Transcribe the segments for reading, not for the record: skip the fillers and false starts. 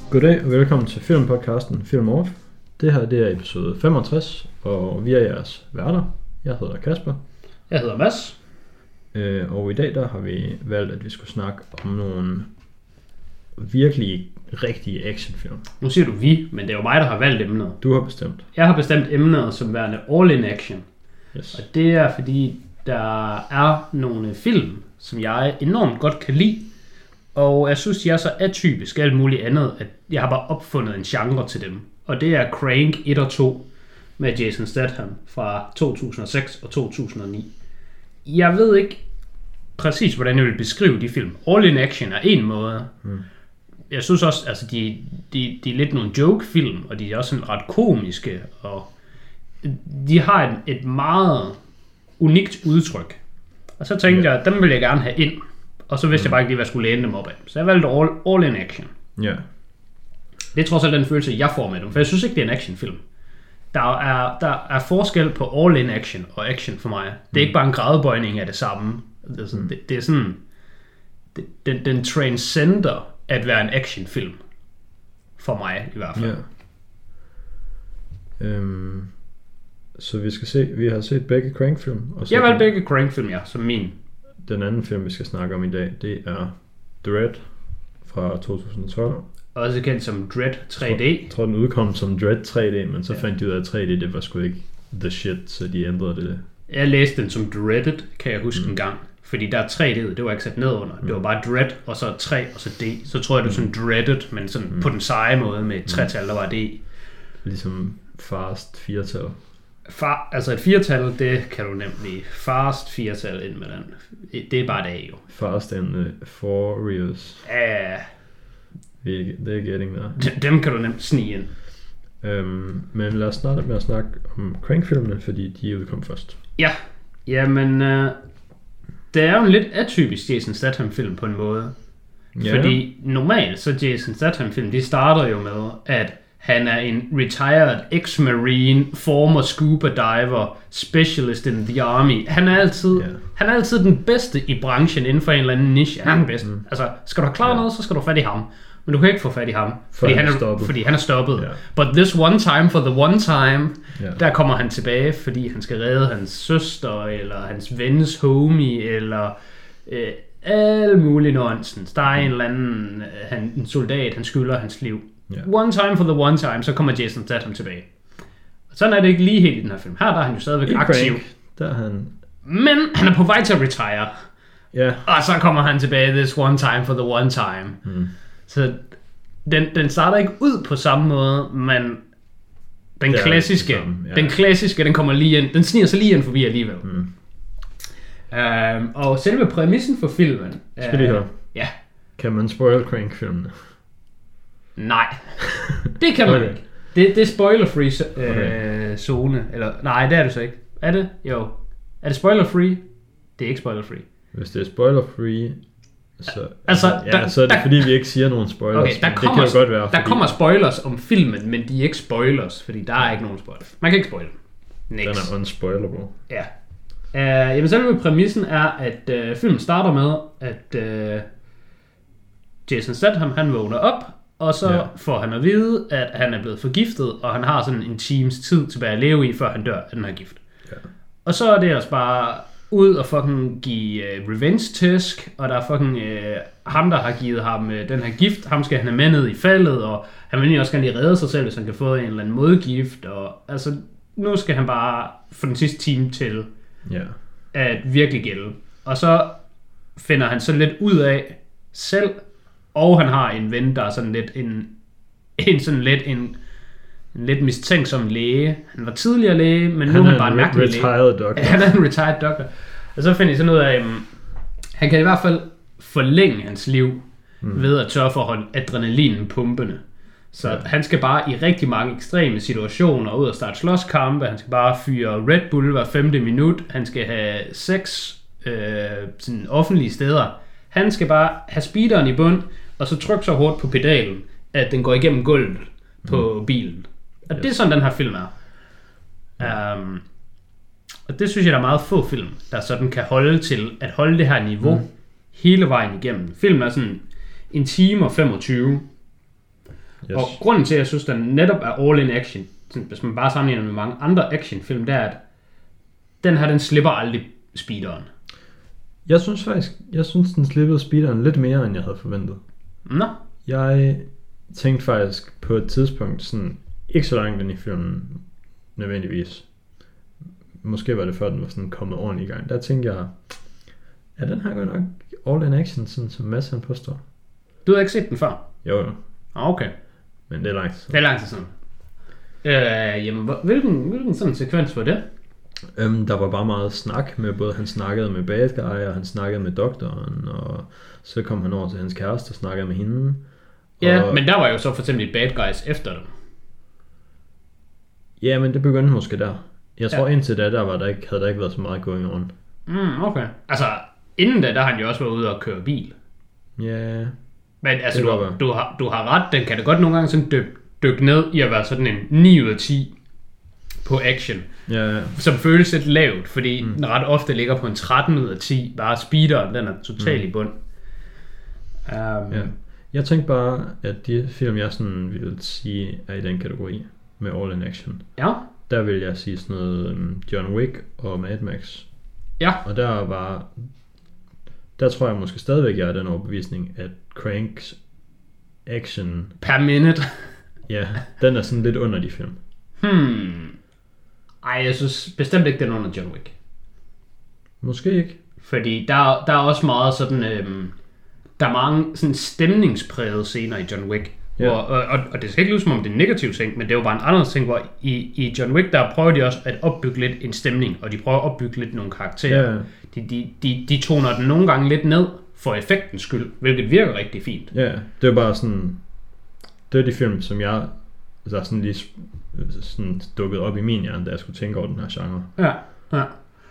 Goddag og velkommen til filmpodcasten Film Off. Det her det er episode 65, og vi er jeres værter. Jeg hedder Kasper. Jeg hedder Mads. Og i dag der har vi valgt, at vi skulle snakke om nogle virkelig rigtige actionfilm. Nu siger du vi, men det er jo mig, der har valgt emnet. Du har bestemt. Jeg har bestemt emnet som værende all in action. Yes. Og det er fordi, der er nogle film, som jeg enormt godt kan lide. Og jeg synes, de er så atypisk alt muligt andet, at jeg har bare opfundet en genre til dem. Og det er Crank 1 og 2 med Jason Statham fra 2006 og 2009. Jeg ved ikke præcis, hvordan jeg vil beskrive de film. All in action er en måde. Jeg synes også, altså de er lidt nogle joke-film, og de er også sådan ret komiske, og de har et meget unikt udtryk. Og så tænkte jeg, dem vil jeg gerne have ind. Og så vidste jeg bare ikke lige, hvad jeg skulle læne dem op af. Så jeg valgte all in action. Ja. Det er trods alt den følelse, jeg får med dem. For jeg synes ikke, det er en actionfilm. Der er forskel på all in action og action for mig. Det er ikke bare en gradbøjning af det samme. Det er sådan, det er sådan den transcender at være en actionfilm. For mig i hvert fald. Ja. Så vi har set begge Crank-film. Jeg valgte begge Crank-film, ja, som min. Den anden film, vi skal snakke om i dag, det er Dredd fra 2012. Også kendt som Dredd 3D. Jeg tror den udkom som Dredd 3D, men så fandt de ud af, at 3D det var sgu ikke the shit, så de ændrede det. Jeg læste den som Dredded, kan jeg huske en gang. Fordi der 3D, det var ikke sat ned under. Det var bare Dredd, og så 3, og så D. Så tror jeg, det var sådan Dredded, men sådan på den seje måde med et tretal, der var D. Ligesom Fast 4-tal. Altså et 4-tal, det kan du nemlig fast 4-tal ind med den. Det er bare det jo. Fast and Furious. Ja. Det er getting der. Dem kan du nemt snige ind. Men lad os starte med at snakke om Crank-filmene, fordi de udkom først. Ja, jamen det er jo en lidt atypisk Jason Statham-film på en måde. Ja. Fordi normalt så Jason Statham-film, de starter jo med, at han er en retired ex-marine, former scuba diver, specialist in the army. Han er altid den bedste i branchen inden for en eller anden niche. Han er den bedste. Altså, skal du have klaret noget, så skal du have fat i ham. Men du kan ikke få fat i ham, fordi han er stoppet. Yeah. But this one time for the one time, der kommer han tilbage, fordi han skal redde hans søster, eller hans vens homie, eller alle mulige nonsens. Der er en eller anden en soldat, han skylder hans liv. Yeah. One time for the one time, så kommer Jason Statham tilbage. Og sådan er det ikke lige helt i den her film. Her der er han jo stadigvæk aktiv. Der han... Men han er på vej til at retire. Yeah. Og så kommer han tilbage, this one time for the one time. Så den starter ikke ud på samme måde, men den klassiske, den kommer lige ind. Den sniger sig lige ind forbi alligevel. Og selve præmissen for filmen... Skal lige høre? Ja. Kan man spoil Crank-filmene? Nej, det kan man ikke. Det er spoiler-free zone. Eller, nej, det er det så ikke. Er det? Jo. Er det spoiler-free? Det er ikke spoiler-free. Hvis det er spoiler-free, så er det fordi, vi ikke siger nogen spoilers. Okay, det kan jo godt være. Der kommer spoilers om filmen, men de er ikke spoilers, fordi der er ikke nogen spoilers. Man kan ikke spoile den. Den er unspoilable. Ja. Jamen selve præmissen er, at filmen starter med, at Jason Statham, han vågner op, og så får han at vide, at han er blevet forgiftet, og han har sådan en times tid tilbage at leve i, før han dør af den her gift. Ja. Og så er det også bare ud og fucking give revenge-tæsk, og der er fucking ham, der har givet ham den her gift, ham skal han have med ned i faldet, og han vil også gerne lige redde sig selv, hvis han kan få en eller anden modgift, og altså, nu skal han bare få den sidste time til at virkelig gælde. Og så finder han så lidt ud af selv, og han har en ven, der er sådan lidt en lidt mistænksom læge. Han var tidligere læge, men nu er han bare en mærkelig læge. Han er en retired doctor. Og så finder jeg sådan ud af, at han kan i hvert fald forlænge hans liv ved at sørge for at holde adrenalinen pumpende. Så han skal bare i rigtig mange ekstreme situationer ud og starte slåskampe. Han skal bare fyre Red Bull hver 5. minut. Han skal have sex sådan offentlige steder. Han skal bare have speederen i bund, og så trykke så hårdt på pedalen, at den går igennem gulvet på bilen. Og det er sådan, den her film er. Og det synes jeg, der er meget få film, der sådan kan holde til at holde det her niveau hele vejen igennem. Filmen er sådan 1 time og 25. Yes. Og grunden til, at jeg synes, den netop er all in action, hvis man bare sammenligner med mange andre actionfilm, det er, at den slipper aldrig speederen. Jeg synes den slippede speederen lidt mere, end jeg havde forventet. Nå. Jeg tænkte faktisk på et tidspunkt, sådan ikke så langt ind i filmen, nødvendigvis. Måske var det før, den var sådan kommet ordentligt i gang. Der tænkte jeg, den her går nok all in action, sådan som Mads han påstår. Du havde ikke set den før? Jo. Okay. Men det er langt siden. Det er lang tid siden. Jamen, hvilken sådan sekvens var det? Der var bare meget snak med, både han snakkede med bad guy, og han snakkede med doktoren, og så kom han over til hans kæreste og snakkede med hende. Ja, men der var jo så for eksempel bad guys efter dem. Ja, men det begyndte måske der. Jeg tror indtil da, havde der ikke været så meget going on. Okay. Altså, inden da, der har han jo også været ude og køre bil. Ja. Men altså, du har ret, den kan da godt nogle gange sådan dykke ned i at være sådan en 9 ud af 10 på action. Ja. Som føles lidt lavt, fordi den ret ofte ligger på en 13 ud af 10. Bare speederen, den er totalt i bund. Ja. Jeg tænkte bare, at de film, jeg sådan ville sige, er i den kategori med all in action. Ja. Der vil jeg sige sådan noget John Wick og Mad Max. Ja. Og der tror jeg måske stadigvæk, jeg er den overbevisning, at Cranks action per minute. Ja, den er sådan lidt under de film. Ej, jeg synes bestemt ikke, den er under John Wick. Måske ikke. Fordi der er også meget sådan, der er mange sådan stemningsprægede scener i John Wick. Ja. Og det skal ikke lyde som om det er en negativ ting, men det er jo bare en anden ting, hvor i John Wick, der prøver de også at opbygge lidt en stemning, og de prøver at opbygge lidt nogle karakterer. Ja. De toner den nogle gange lidt ned for effektens skyld, hvilket virker rigtig fint. Ja, det er bare sådan, det er de film, som jeg altså sådan lige sådan dukket op i min hjerne, da jeg skulle tænke over den her genre. Ja.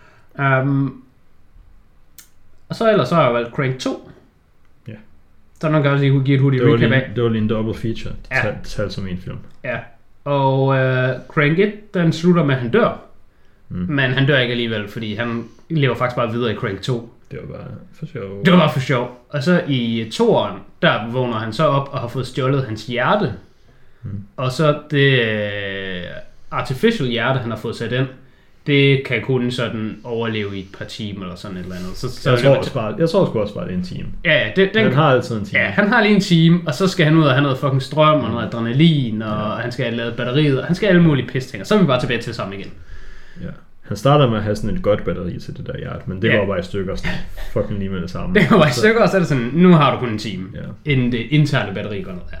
Og så ellers så har jeg valgt Crank 2. Ja. Så man kan også lige give et hurtigt recap af. Det var lige en double feature. Det talte som en film. Ja. Og Crank 1, den slutter med, at han dør. Men han dør ikke alligevel, fordi han lever faktisk bare videre i Crank 2. Det var bare for sjov. Det var bare for sjov. Og så i 2'eren, der vågner han så op og har fået stjålet hans hjerte. Og så det artificial hjerte, han har fået sat ind, det kan kun sådan overleve i et par timer eller sådan et eller andet. Jeg tror sgu også bare, det er en time. Ja, han har altid en time. Ja, han har lige en time, og så skal han ud og have noget fucking strøm og noget adrenalin, og han skal have lavet batteriet, og han skal have alle mulige pis-ting, og så er vi bare tilbage til sammen igen. Ja. Han starter med at have sådan et godt batteri til det der hjerte, men det var bare i stykker sådan fucking lige med det samme. Det var bare i stykker, og så er det sådan, nu har du kun en time, inden det interne batteri går ned der.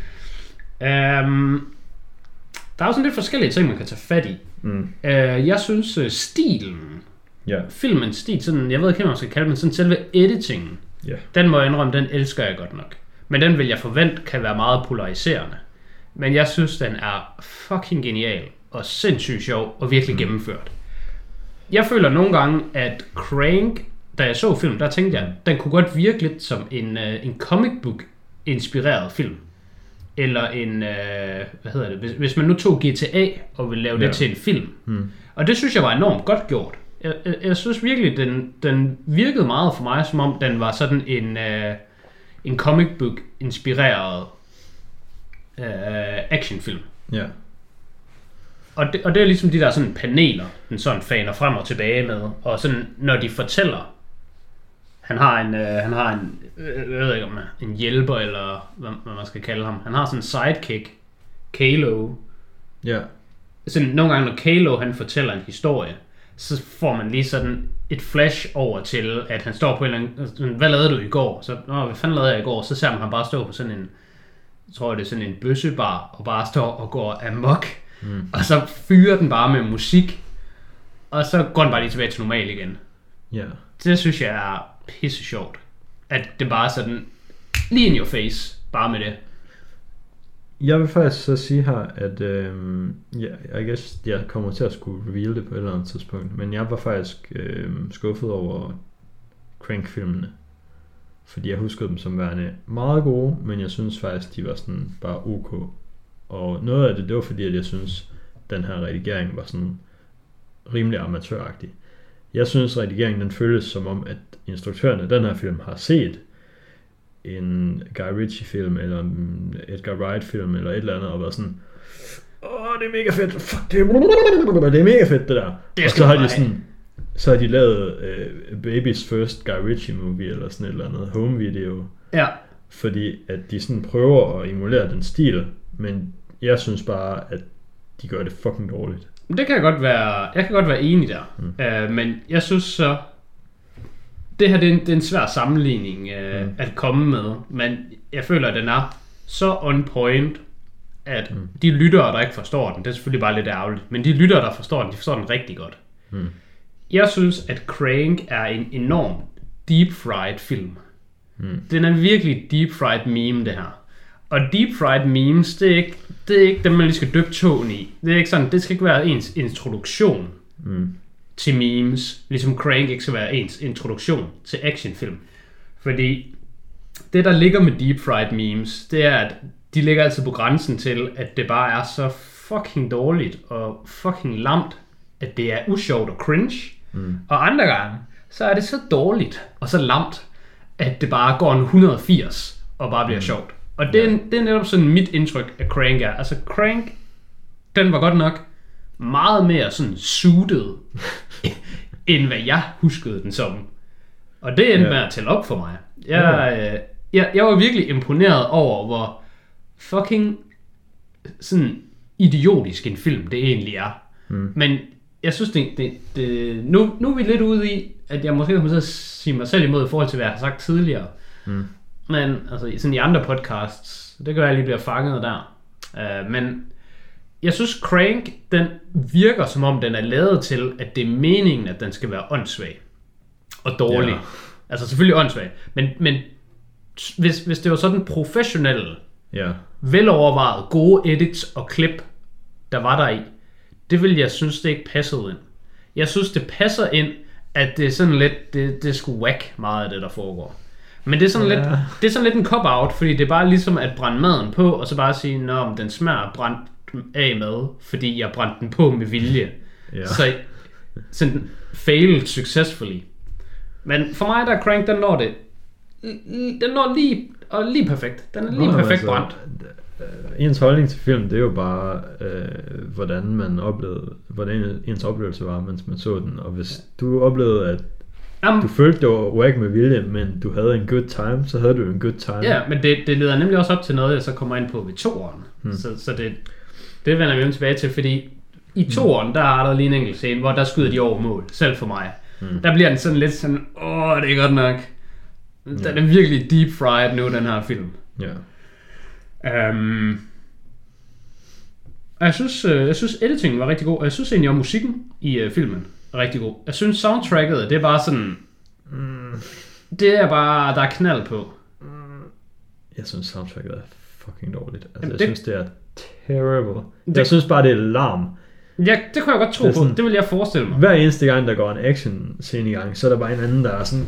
Der er jo sådan lidt forskellige ting, man kan tage fat i. Jeg synes stilen, filmens stil, sådan, jeg ved ikke, hvad man skal kalde den, sådan selve editingen, den må jeg indrømme, den elsker jeg godt nok. Men den vil jeg forvente kan være meget polariserende. Men jeg synes, den er fucking genial og sindssygt sjov og virkelig gennemført. Jeg føler nogle gange, at Crank, da jeg så film, der tænkte jeg, den kunne godt virke lidt som en comic book inspireret film. Eller en, hvis man nu tog GTA og ville lave det til en film. Og det synes jeg var enormt godt gjort. Jeg synes virkelig, den virkede meget for mig, som om den var sådan en comic book inspireret actionfilm. Ja. Og det er ligesom de der sådan paneler, den sådan faner frem og tilbage med, og sådan når de fortæller, han har en jeg ved ikke om en hjælper eller hvad man skal kalde ham. Han har sådan en sidekick, Kalo. Ja. Sådan nogle gange når Kalo han fortæller en historie, så får man lige sådan et flash over til, at han står på en eller anden, hvad lavede du i går? Så, hvad fanden lavede jeg i går? Så ser man ham bare stå på sådan en, jeg tror det er sådan en bøssebar, og bare står og går amok. Og så fyrer den bare med musik, og så går den bare lige tilbage til normal igen. Ja. Det synes jeg er pisse sjovt. At det bare er sådan lige in your face, bare med det. Jeg vil faktisk så sige her, at I guess, jeg kommer til at skulle reveal det på et eller andet tidspunkt, men jeg var faktisk skuffet over Crank-filmene. Fordi jeg huskede dem som værende meget gode, men jeg synes faktisk, de var sådan bare ok. Og noget af det var fordi, at jeg synes, den her redigering var sådan rimelig amatøragtig. Jeg synes, redigeringen den føles som om, at instruktørerne af den her film har set en Guy Ritchie-film, eller en Edgar Wright-film, eller et eller andet, og været sådan, det er mega fedt, fuck, det er mega fedt, det der. Og så har de lavet Baby's First Guy Ritchie-movie, eller sådan et eller andet home-video. Ja. Fordi at de sådan prøver at emulere den stil, men jeg synes bare, at de gør det fucking dårligt. Det kan jeg kan godt være enig der. Men jeg synes så, det her det er en svær sammenligning at komme med, men jeg føler, at den er så on point, at de lyttere, der ikke forstår den, det er selvfølgelig bare lidt ærgerligt, men de lyttere, der forstår den, de forstår den rigtig godt. Jeg synes, at Crank er en enorm deep-fried film. Den er virkelig deep-fried meme, det her. Og deep-fried memes, det er ikke dem, man lige skal dyppe tåen i. Det er ikke sådan, det skal ikke være ens introduktion til memes, ligesom Crank ikke skal være ens introduktion til actionfilm. Fordi det, der ligger med deep-fried memes, det er, at de ligger altid på grænsen til, at det bare er så fucking dårligt og fucking lamt, at det er usjovt og cringe. Og andre gange, så er det så dårligt og så lamt, at det bare går en 180 og bare bliver sjovt. Og det er netop sådan mit indtryk af Crank er. Altså Crank, den var godt nok meget mere sådan suited, end hvad jeg huskede den som. Og det endte med at tælle op for mig. Jeg var virkelig imponeret over, hvor fucking sådan idiotisk en film det egentlig er. Men jeg synes, nu er vi lidt ude i, at jeg måske kommer til at sige mig selv imod i forhold til, hvad jeg har sagt tidligere. Men altså, sådan i andre podcasts, det kan jeg lige blive fanget der. Men jeg synes, Crank, den virker som om, den er lavet til, at det er meningen, at den skal være åndssvag og dårlig. Altså selvfølgelig åndssvag. Men hvis det var sådan professionelle, velovervejet, gode edits og klip, der var der i, det ville jeg synes, det ikke passede ind. Jeg synes, det passer ind, at det er sådan lidt, det er sgu whack meget af det, der foregår. Men det er sådan lidt en cop-out, fordi det er bare ligesom at brænde maden på, og så bare sige, nå, den smager brændt af mad, fordi jeg brændte den på med vilje. Så sådan failed successfully. Men for mig, der Crank, den når lige perfekt. Den er lige perfekt brændt. Ens holdning til film, det er jo bare, hvordan ens oplevelse var, mens man så den. Og hvis du oplevede, at du følte, det var whack med vilje, men du havde en good time, så havde du en good time. Ja, men det leder nemlig også op til noget, jeg så kommer ind på ved 2'eren. Så det vender vi jo tilbage til, fordi i 2'eren, der er der lige en enkelt scene, hvor der skyder de over mål, selv for mig. Der bliver den sådan lidt sådan, det er godt nok. Den er virkelig deep fried nu, den her film. Jeg synes editingen var rigtig god, og jeg synes egentlig, at musikken i filmen er rigtig god. Jeg synes soundtracket, det er bare sådan, det er bare, der er knald på. Jeg synes soundtracket er fucking dårligt. Altså, jeg synes, det er terrible. Jeg synes bare, det er larm. Ja, det kunne jeg godt tro på. Sådan, det vil jeg forestille mig. Hver eneste gang, der går en action scene i gang, så er der bare en anden, der er sådan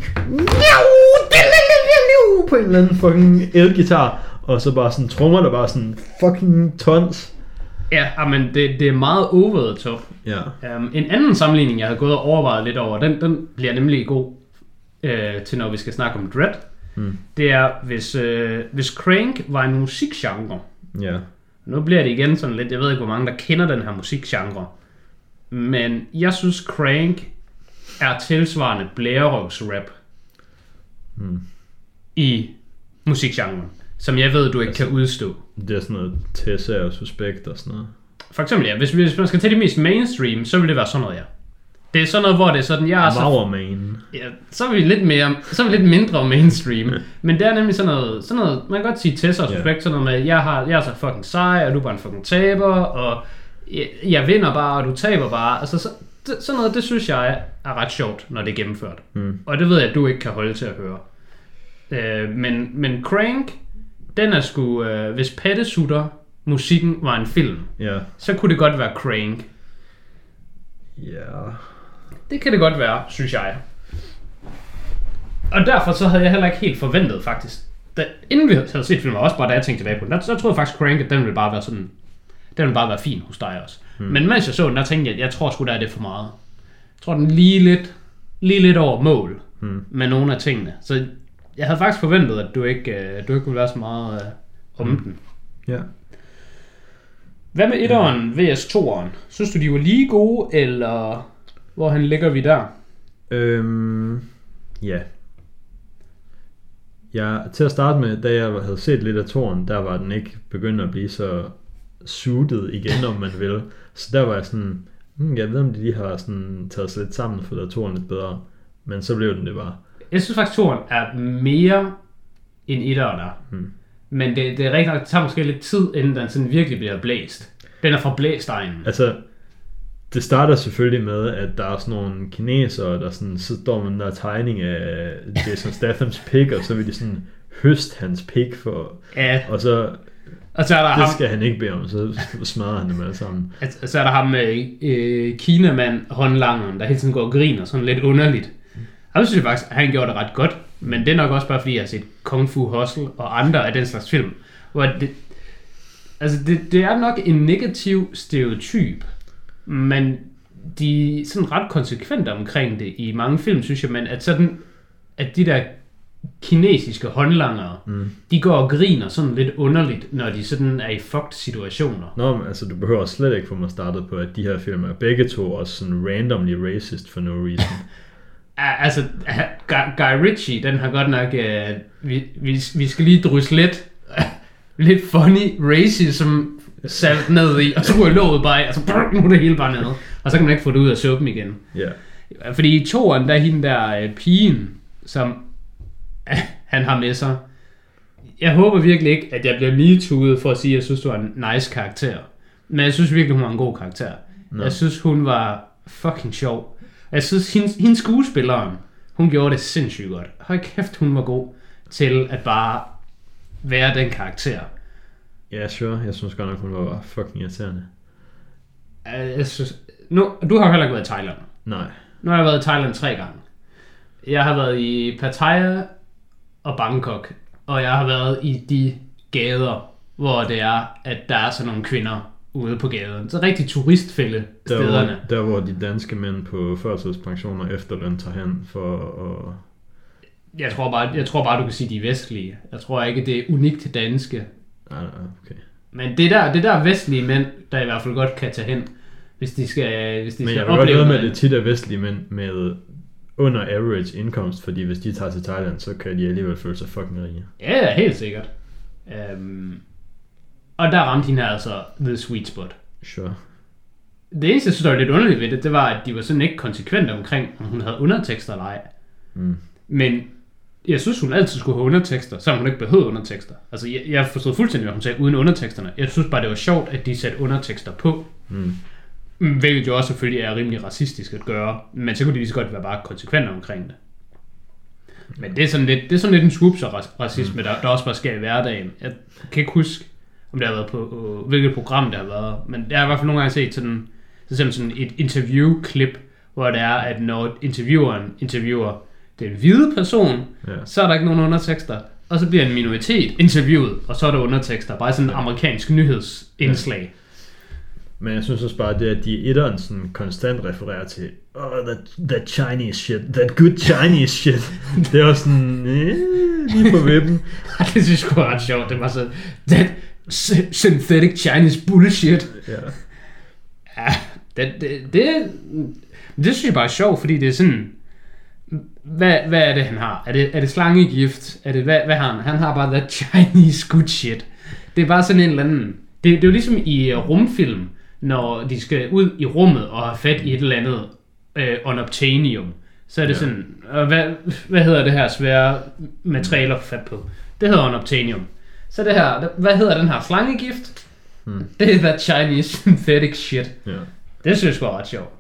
på en eller anden fucking elgitar, og så bare sådan trommer der bare sådan fucking tons. Ja, men det er meget over the top. En anden sammenligning, jeg havde gået og overvejet lidt over, den bliver nemlig god til, når vi skal snakke om Dread. Det er, hvis Crank var en musikgenre. Nu bliver det igen sådan lidt, jeg ved ikke, hvor mange der kender den her musikgenre, men jeg synes, Crank er tilsvarende blærerøvsrap i musikgenren, som jeg ved, du ikke kan udstå. Det er sådan noget Tessa og Suspekt og sådan noget. For eksempel, ja. Hvis man skal tage det mest mainstream, så vil det være sådan noget, ja. Det er sådan noget, hvor det er sådan, jeg er så... Ja, så er vi lidt mindre mainstream. Men det er nemlig sådan noget, man kan godt sige Tessa og Suspekt, sådan noget med, jeg er så fucking sej, og du er bare en fucking taber, og jeg vinder bare, og du taber bare. Altså, sådan noget, det synes jeg er ret sjovt, når det er gennemført. Og det ved jeg, at du ikke kan holde til at høre. Men Crank, den er sgu, hvis Pattesutter musikken var en film, så kunne det godt være Crank. Det kan det godt være, synes jeg. Og derfor så havde jeg heller ikke helt forventet faktisk, inden vi havde set filmen, også bare da jeg tænkte tilbage på den, så troede jeg faktisk Crank, at den ville bare være sådan, den ville bare være fin hos dig også. Men mens jeg så den, der tænkte jeg tror sgu, der er det for meget. Jeg tror den lige lidt over mål med nogle af tingene. Så jeg havde faktisk forventet, at du ikke ville være så meget om den. Ja. Hvad med 1'eren vs 2'eren? Synes du, de var lige gode, eller hvorhen ligger vi der? Ja. Til at starte med, da jeg havde set lidt af 2'eren, der var den ikke begyndt at blive så suited igen, om man vil. Så der var jeg sådan, jeg ved om de lige har sådan taget sig lidt sammen for at 2'eren lidt bedre. Men så blev den det bare. Jeg synes faktisk, 2'eren er mere end 1'eren er. Men det er rigtig nok, det tager måske lidt tid, inden den sådan virkelig bliver blæst. Den er fra blæstegnen. Altså, det starter selvfølgelig med, at der er sådan nogle kinesere, der sådan, så står man der tegning af Jason Stathams pik, og så vil de sådan høste hans pik for, ja. Og så er der det ham, skal han ikke bede om, så smadrer han dem alle sammen. Så er der ham med Kinamand håndlangeren, der hele tiden går og griner sådan lidt underligt. Jeg synes faktisk, at han gjorde det ret godt, men det er nok også bare fordi, jeg har set Kung Fu Hustle og andre af den slags film, hvor det er nok en negativ stereotyp, men de er sådan ret konsekvente omkring det i mange film, synes jeg, men at de der kinesiske håndlangere, de går og griner sådan lidt underligt, når de sådan er i fucked situationer. Nå, men altså, du behøver slet ikke få mig startet på, at de her film er begge to også sådan randomly racist for no reason. Altså, Guy Ritchie, den har godt nok, vi skal lige drysse lidt funny racism salt ned i, og så ryger låget bare, og så nu er det hele bare nede, og så kan man ikke få det ud af suppen igen. Ja. Fordi i 2'eren, der er hende der pigen, som han har med sig. Jeg håber virkelig ikke, at jeg bliver MeToo'et for at sige, at jeg synes, du var en nice karakter. Men jeg synes virkelig, hun var en god karakter. No. Jeg synes, hun var fucking sjov. Jeg synes, hendes skuespilleren, hun gjorde det sindssygt godt. Hold kæft, hun var god til at bare være den karakter. Ja, sure. Jeg synes godt nok, hun var fucking irriterende. Jeg synes, du har heller ikke været i Thailand. Nej. Nu har jeg været i Thailand 3 gange. Jeg har været i Pattaya og Bangkok, og jeg har været i de gader, hvor det er, at der er sådan nogle kvinder ude på gaden. Så rigtig turistfælde stederne. Der hvor de danske mænd på førtidspension og efterløn tager hen for at... Jeg tror bare, du kan sige, de er vestlige. Jeg tror ikke, det er unikt til danske. Okay. Men det der vestlige mænd, der i hvert fald godt kan tage hen, hvis de skal opleve. Men jeg vil godt ved med, at det tit er vestlige mænd med under average indkomst, fordi hvis de tager til Thailand, så kan de alligevel føle sig fucking rige. Ja, helt sikkert. Og der ramte hende altså the sweet spot. Sure. Det eneste, jeg synes, der var lidt underligt ved det var, at de var sådan ikke konsekvente omkring, om hun havde undertekster eller ej. Men jeg synes, hun altid skulle have undertekster, selvom hun ikke behøvede undertekster. Altså, jeg forstod fuldstændig, hvad hun sagde uden underteksterne. Jeg synes bare, det var sjovt, at de satte undertekster på. Hvilket jo også selvfølgelig er rimelig racistisk at gøre. Men så kunne de lige så godt være bare konsekvente omkring det. Men det er sådan lidt en swoops-racisme, der også bare sker i hverdagen. Jeg kan ikke huske, om det har været på hvilket program det har været. Men jeg har i hvert fald nogle gange set sådan et interviewklip, hvor det er, at når intervieweren interviewer den hvide person, så er der ikke nogen undertekster. Og så bliver en minoritet interviewet, og så er der undertekster. Bare sådan en amerikansk nyhedsindslag. Men jeg synes også bare, det at de i 1'eren sådan konstant refererer til that Chinese shit, that good Chinese shit. Det er også sådan, lige på vippen. Det synes jeg var ret sjovt. Det var så, that synthetic Chinese bullshit. Ja, det synes jeg bare er sjovt, fordi det er sådan, hvad er det, han har? Er det slangegift? Hvad har han? Han har bare that Chinese good shit. Det er bare sådan en eller anden... Det er jo ligesom i rumfilm, når de skal ud i rummet og have fat i et eller andet unobtainium. Så er det sådan... Hvad hedder det her svære materialer fat på? Det hedder unobtainium. Så det her... Hvad hedder den her slangegift? Det er that Chinese synthetic shit. Det synes jeg var ret sjovt.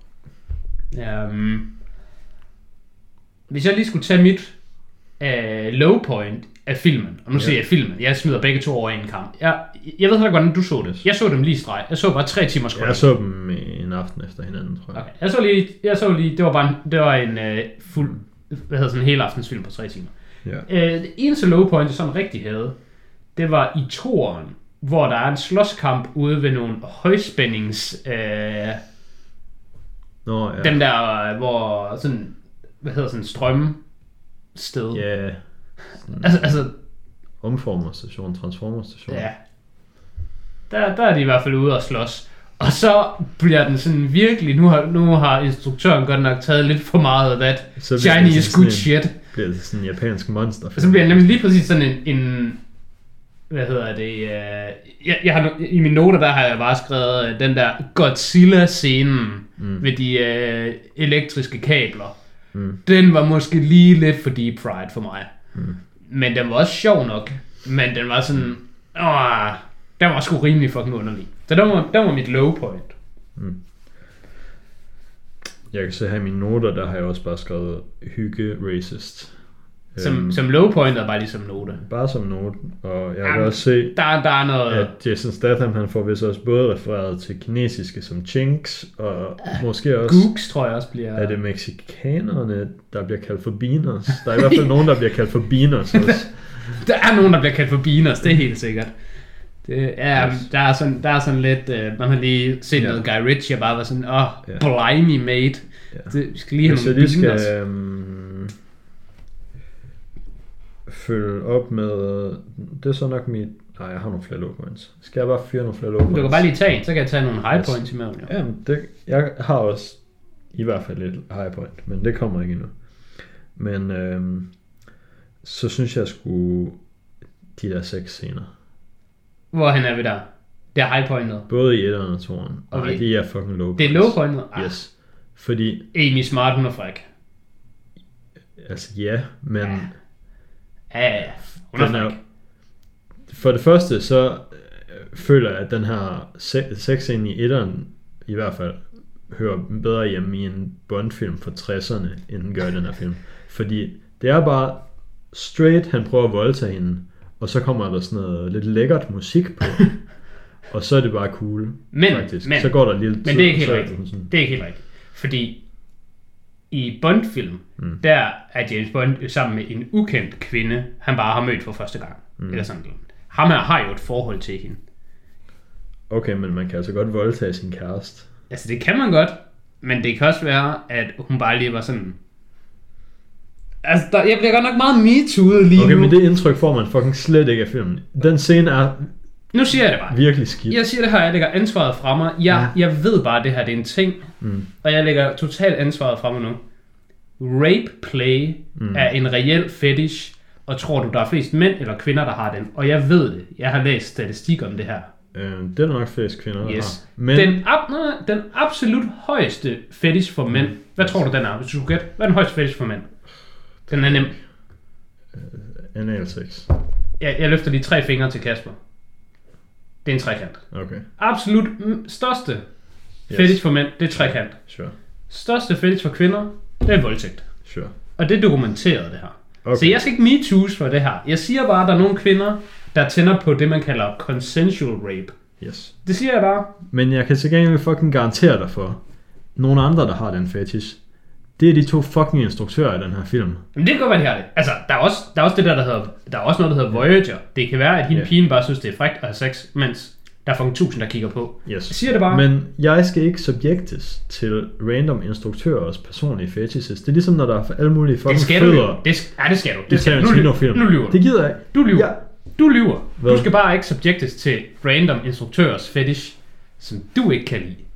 Hvis jeg lige skulle tage mit low point af filmen, og nu siger jeg filmen, jeg smider begge to over en kamp. Jeg ved heller ikke, hvordan du så det. Jeg så dem lige streg. Jeg så bare 3 timer scrolling. Jeg så dem en aften efter hinanden, tror jeg. Okay. Jeg så lige, det var en fuld, sådan en helaftensfilm på 3 timer. Det eneste low point, jeg sådan rigtig havde, det var i 2'eren, hvor der er en slåskamp ude ved nogle højspændings... Dem der, hvor sådan... Hvad hedder sådan strømsted? Altså omformerstation, transformerstation. Ja. Der er de i hvert fald ude og slås. Og så bliver den sådan virkelig, nu har instruktøren godt nok taget lidt for meget af that Chinese good shit. Bliver det sådan en japansk monster. Og så bliver det nemlig lige præcis sådan en hvad hedder det, jeg har i mine noter, der har jeg bare skrevet den der Godzilla-scenen ved de elektriske kabler. Den var måske lige lidt for deep fried for mig. Men den var også sjov nok. Men den var sådan, den var sgu rimelig fucking underlig. Så den var mit low point. Jeg kan se her i mine noter, der har jeg også bare skrevet hygge racist. Som low point er bare ligesom note. Bare som note. Og jeg kan også se, der er noget... at Jason Statham, han får vist også både refereret til kinesiske som chinks, og måske også... Gooks, tror jeg også bliver... Er det mexikanerne, der bliver kaldt for beaners? Der er i hvert fald nogen, der bliver kaldt for beaners også. Der er nogen, der bliver kaldt for beaners, det er helt sikkert. Det er, yes. der er sådan lidt... man har lige set noget Guy Ritchie, og bare var sådan, blimey mate. Det skal lige have nogle beaners. Skal følge op med... Det er så nok mit... Nej, jeg har nogle flere low points. Skal jeg bare fyre nogle flere low points? Du kan bare lige tage en, så kan jeg tage nogle high points imellem. Jo. Jamen, jeg har også i hvert fald et high point, men det kommer ikke endnu. Men så synes jeg skulle de der 6 scener. Hvorhen er vi der? Det er high pointet. Både i 1'eren og 2'eren. Okay. Nej, det er fucking low points. Det er low pointet? Yes. Fordi... Amy Smart, hun er fræk. Altså ja, men... Ja. Hun er fræk. For det første, så føler jeg, at den her sexscene i 1'eren i hvert fald hører bedre hjemme i en Bond-film fra 60'erne, end den gør i den her film. Fordi det er bare straight, han prøver at voldtage hende, og så kommer der sådan noget lidt lækkert musik på, og så er det bare cool, faktisk. Så går der lidt tid. Men det er ikke helt rigtigt. Det er ikke helt rigtigt. Fordi i Bond-film, der er James Bond jo sammen med en ukendt kvinde, han bare har mødt for første gang. Eller sådan noget. Ham her har jo et forhold til hende. Okay, men man kan altså godt voldtage sin kæreste. Altså det kan man godt, men det kan også være, at hun bare lige var sådan... Altså jeg bliver godt nok meget MeToo'et lige nu. Okay, men det indtryk får man fucking slet ikke af filmen. Den scene er... Nu siger jeg det bare. Virkelig skidt. Jeg siger det her, jeg lægger ansvaret fra mig. Jeg ved bare, at det her det er en ting. Og jeg lægger totalt ansvaret fra mig nu. Rape play er en reel fetish. Og tror du, der er flest mænd eller kvinder, der har den? Og jeg ved det. Jeg har læst statistik om det her. Det er nok flest kvinder, der har. Men... Den absolut højeste fetish for mænd. Hvad tror du, den er? Hvis du skulle gætte. Hvad er den højeste fetish for mænd? Den er nem. Anal sex. Jeg løfter lige 3 fingre til Kasper. Det er en trekant. Okay. Absolut største fetish for mænd, det er trekant. Sure. Største fetish for kvinder, det er voldtægt. Sure. Og det er dokumenteret, det her. Okay. Så jeg skal ikke MeToo's for det her. Jeg siger bare, at der er nogle kvinder, der tænder på det, man kalder consensual rape. Yes. Det siger jeg bare. Men jeg kan til gengæld fucking garantere dig for, nogle andre, der har den fetish, det er de 2 fucking instruktører i den her film. Men det kan godt være, de har det. Altså, der er også det der hedder... Der er også noget, der hedder Voyager. Det kan være, at hende pigen bare synes, det er frækt at have sex, mens der er fucking 1000, der kigger på. Yes. Jeg siger det bare. Men jeg skal ikke subjektes til random instruktørers personlige fetishes. Det er ligesom, når der er alle mulige fucking fødder. Det skal du. Det skal du. Nu lyver du. Det gider jeg. Du lyver. Ja. Du lyver. Hvad? Du skal bare ikke subjektes til random instruktørers fetish, som du ikke kan lide.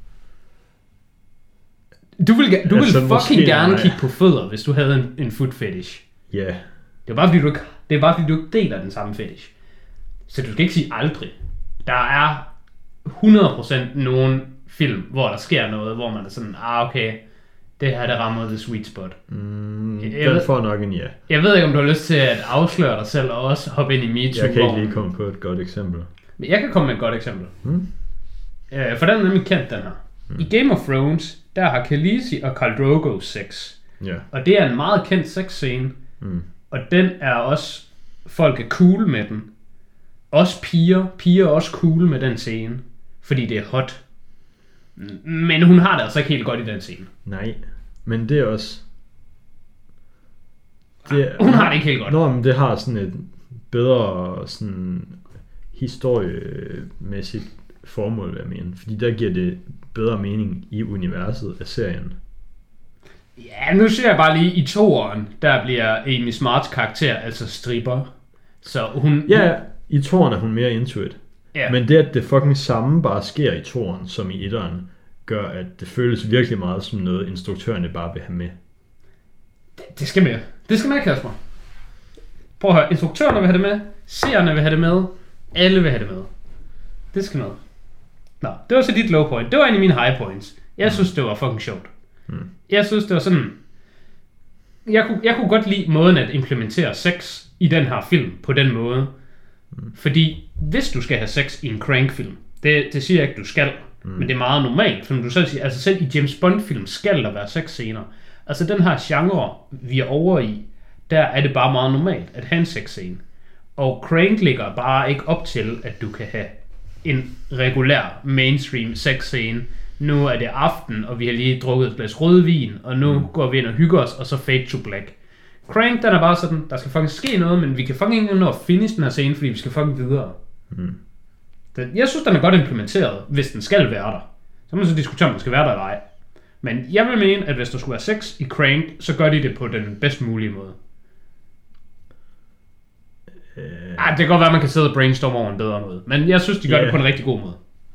Du vil fucking gerne kigge på fødder, hvis du havde en foot fetish. Ja. Yeah. Det er bare fordi du ikke deler den samme fetish. Så du skal ikke sige aldrig. Der er 100% nogen film, hvor der sker noget, hvor man er sådan, okay, det her, det rammer the sweet spot. Den får nok en ja. Jeg ved ikke, om du har lyst til at afsløre dig selv, og også hoppe ind i MeToo. Jeg kan ikke lige komme på et godt eksempel. Men jeg kan komme med et godt eksempel. For den er nemlig kendt, den her. I Game of Thrones, der har Khaleesi og Khal Drogo sex. Yeah. Og det er en meget kendt sexscene. Og den er også, folk er cool med den. Også piger er også cool med den scene. Fordi det er hot. Men hun har det altså ikke helt godt i den scene. Nej, men det er også... Hun har det ikke helt godt. Nå, men det har sådan et bedre sådan historiemæssigt formål, hvad jeg mener. Fordi der giver det bedre mening i universet af serien. Ja, nu ser jeg bare lige i 2'eren, der bliver Amy Smarts karakter altså stripper. Så hun... Ja, i 2'eren er hun mere into it. Ja. Men det, at det fucking samme bare sker i 2'eren, som i 1'eren, gør, at det føles virkelig meget som noget, instruktørerne bare vil have med. Det skal med. Det skal med, Kasper. Prøv at høre, instruktørerne vil have det med, seerne vil have det med, alle vil have det med. Det skal med. Nå, det var så dit low point. Det var en af mine high points. Jeg synes, det var fucking sjovt. Jeg synes, det var sådan... Jeg kunne godt lide måden at implementere sex i den her film på den måde. Fordi hvis du skal have sex i en Crank-film, det siger jeg ikke, du skal, men det er meget normalt. Som du selv siger, altså selv i James Bond-film skal der være sexscener. Altså den her genre, vi er over i, der er det bare meget normalt at have en sexscene. Og Crank ligger bare ikke op til, at du kan have en regulær mainstream sexscene. Nu er det aften, og vi har lige drukket et glas rødvin, og nu går vi ind og hygger os, og så fade to black. Crank, den er bare sådan, der skal fucking ske noget, men vi kan fucking ikke nå at finish den her scene, fordi vi skal fucking videre. Jeg synes, den er godt implementeret, hvis den skal være der. Så må man så diskutere, om den skal være der eller ej. Men jeg vil mene, at hvis der skulle være sex i Crank, så gør de det på den bedst mulige måde. Det kan godt være, at man kan sidde og brainstorme over en bedre måde. Men jeg synes, de gør det på en rigtig god måde.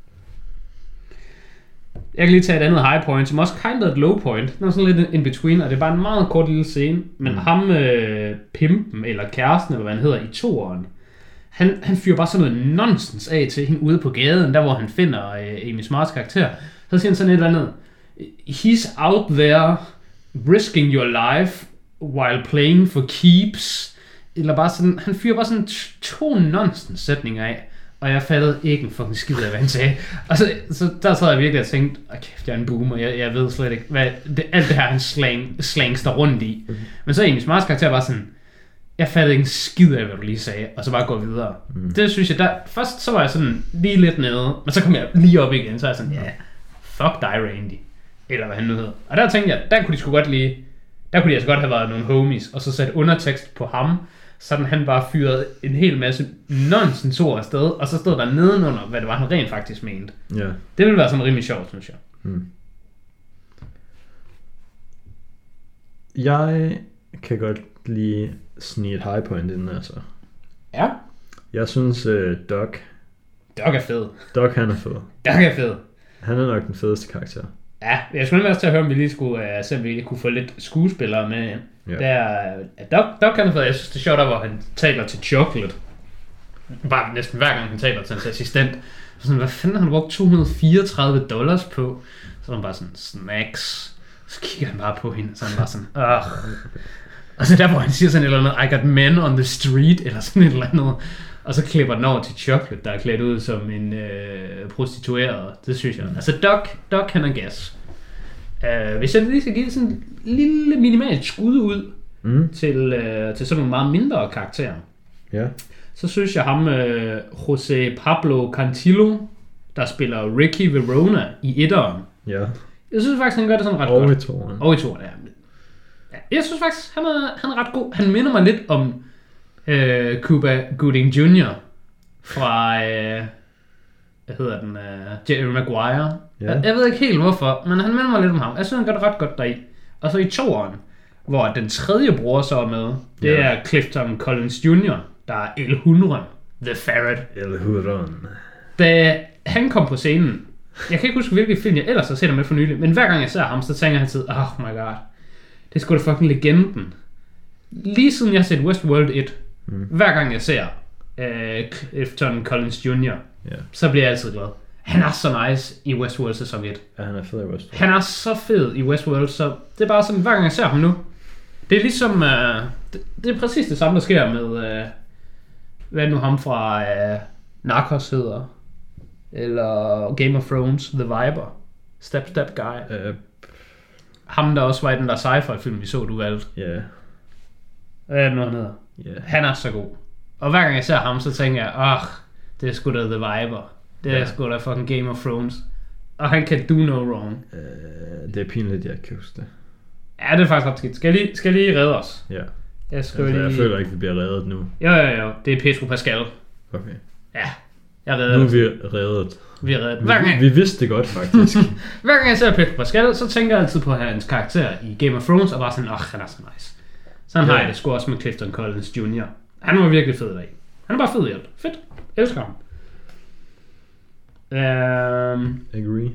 Jeg kan lige tage et andet high point, som også kind of et low point. Den er sådan lidt in between, og det er bare en meget kort lille scene. Men ham, pimpen, eller kæresten, eller hvad han hedder, i 2'eren, han fyrer bare sådan noget nonsens af til hende ude på gaden, der hvor han finder Amy Smarts karakter. Så siger han sådan et eller andet: He's out there risking your life while playing for keeps. Eller bare sådan, han fyrer bare sådan 2 nonsens sætninger af. Og jeg fattede ikke en fucking skid af, hvad han sagde. Og så der sad jeg virkelig og tænkte, kæft, jeg er en boomer, jeg ved slet ikke, hvad alt det her han slangster rundt i. Men så Amy Smarts karakter var sådan, jeg fattede ikke en skid af, hvad du lige sagde, og så bare gå videre. Det synes jeg, først så var jeg sådan lige lidt nede, men så kom jeg lige op igen, så er jeg sådan, fuck dig, Randy. Eller hvad han nu hed. Og der tænkte jeg, der kunne de altså godt have været nogle homies, og så sat undertekst på ham, sådan han bare fyrede en hel masse nonsens ord afsted, og så stod der nedenunder, hvad det var, han rent faktisk mente. Ja. Det ville være sådan rimelig sjovt, synes jeg. Jeg kan godt lige snige et high point inden, altså. Ja. Jeg synes, Doc er fed. Doc, han er fed. Doc er fed. Han er nok den fedeste karakter. Ja, jeg skulle også til at høre, om vi lige skulle se, om vi kunne få lidt skuespillere med. Ja. Doc kan jeg synes det er sjovt, der hvor han taler til Chocolate. Bare næsten hver gang han taler til hans assistent. Sådan, hvad fanden har han brugt $234 på? Så er han bare sådan, snacks. Så kigger han bare på hende, så han bare sådan, Og så der hvor han siger sådan et eller andet, I got men on the street, eller sådan et eller andet. Og så klipper den over til Chocolate, der er klædt ud som en prostitueret. Det synes jeg. Altså Doc han er gas. Hvis jeg lige skal give sådan en lille minimalt skud ud til sådan nogle meget mindre karakterer, så synes jeg ham, Jose Pablo Cantillo, der spiller Ricky Verona i 1'eren. Jeg synes faktisk, han gør det sådan ret godt. Og i 2'eren, ja. Jeg synes faktisk, han er ret god. Han minder mig lidt om Cuba Gooding Jr. fra, hvad hedder den, Jerry Maguire. Jeg ved ikke helt hvorfor, men han minder mig lidt om ham. Jeg synes, han gør det ret godt deri. Og så i 2'eren, hvor den tredje bror så er med, det er Clifton Collins Jr., der er L100, The Ferret. L100. Da han kom på scenen, jeg kan ikke huske, hvilken film jeg ellers har set ham med for nylig, men hver gang jeg ser ham, så tænker jeg altid, oh my god, det er sgu da fucking legenden. Lige siden jeg har set Westworld 1, hver gang jeg ser Clifton Collins Jr., så bliver jeg altid glad. Han er så nice i Westworld sæson 1. Ja, han er fed i Westworld. Han er så fed i Westworld, så det er bare sådan, hver gang jeg ser ham nu, det er ligesom, det er præcis det samme, der sker med, hvad nu ham fra Narcos hedder, eller Game of Thrones, The Viper, Step Guy. Ham der også var i den der sci-fi film, vi så, du valgte. Hvad er det nu, han hedder? Han er så god. Og hver gang jeg ser ham, så tænker jeg, det er sgu da The Viper. Det er sgu da fucking Game of Thrones. Og han kan do no wrong. Det er pinligt, jeg kan huske det. Ja, det er faktisk ret skidt. Skal lige redde os? Ja. Jeg føler ikke, vi bliver reddet nu. Jo. Det er Pedro Pascal. Okay. Ja. Jeg redder Nu er vi reddet. Vi er reddet. Vi vidste det godt, faktisk. Hver gang jeg ser Pedro Pascal, så tænker jeg altid på hans karakter i Game of Thrones, og bare sådan, han er så nice. Sådan har jeg det sgu også med Clifton Collins Jr. Han var virkelig fed i dag. Han er bare fed i alt. Fedt. Jeg elsker ham. Agree.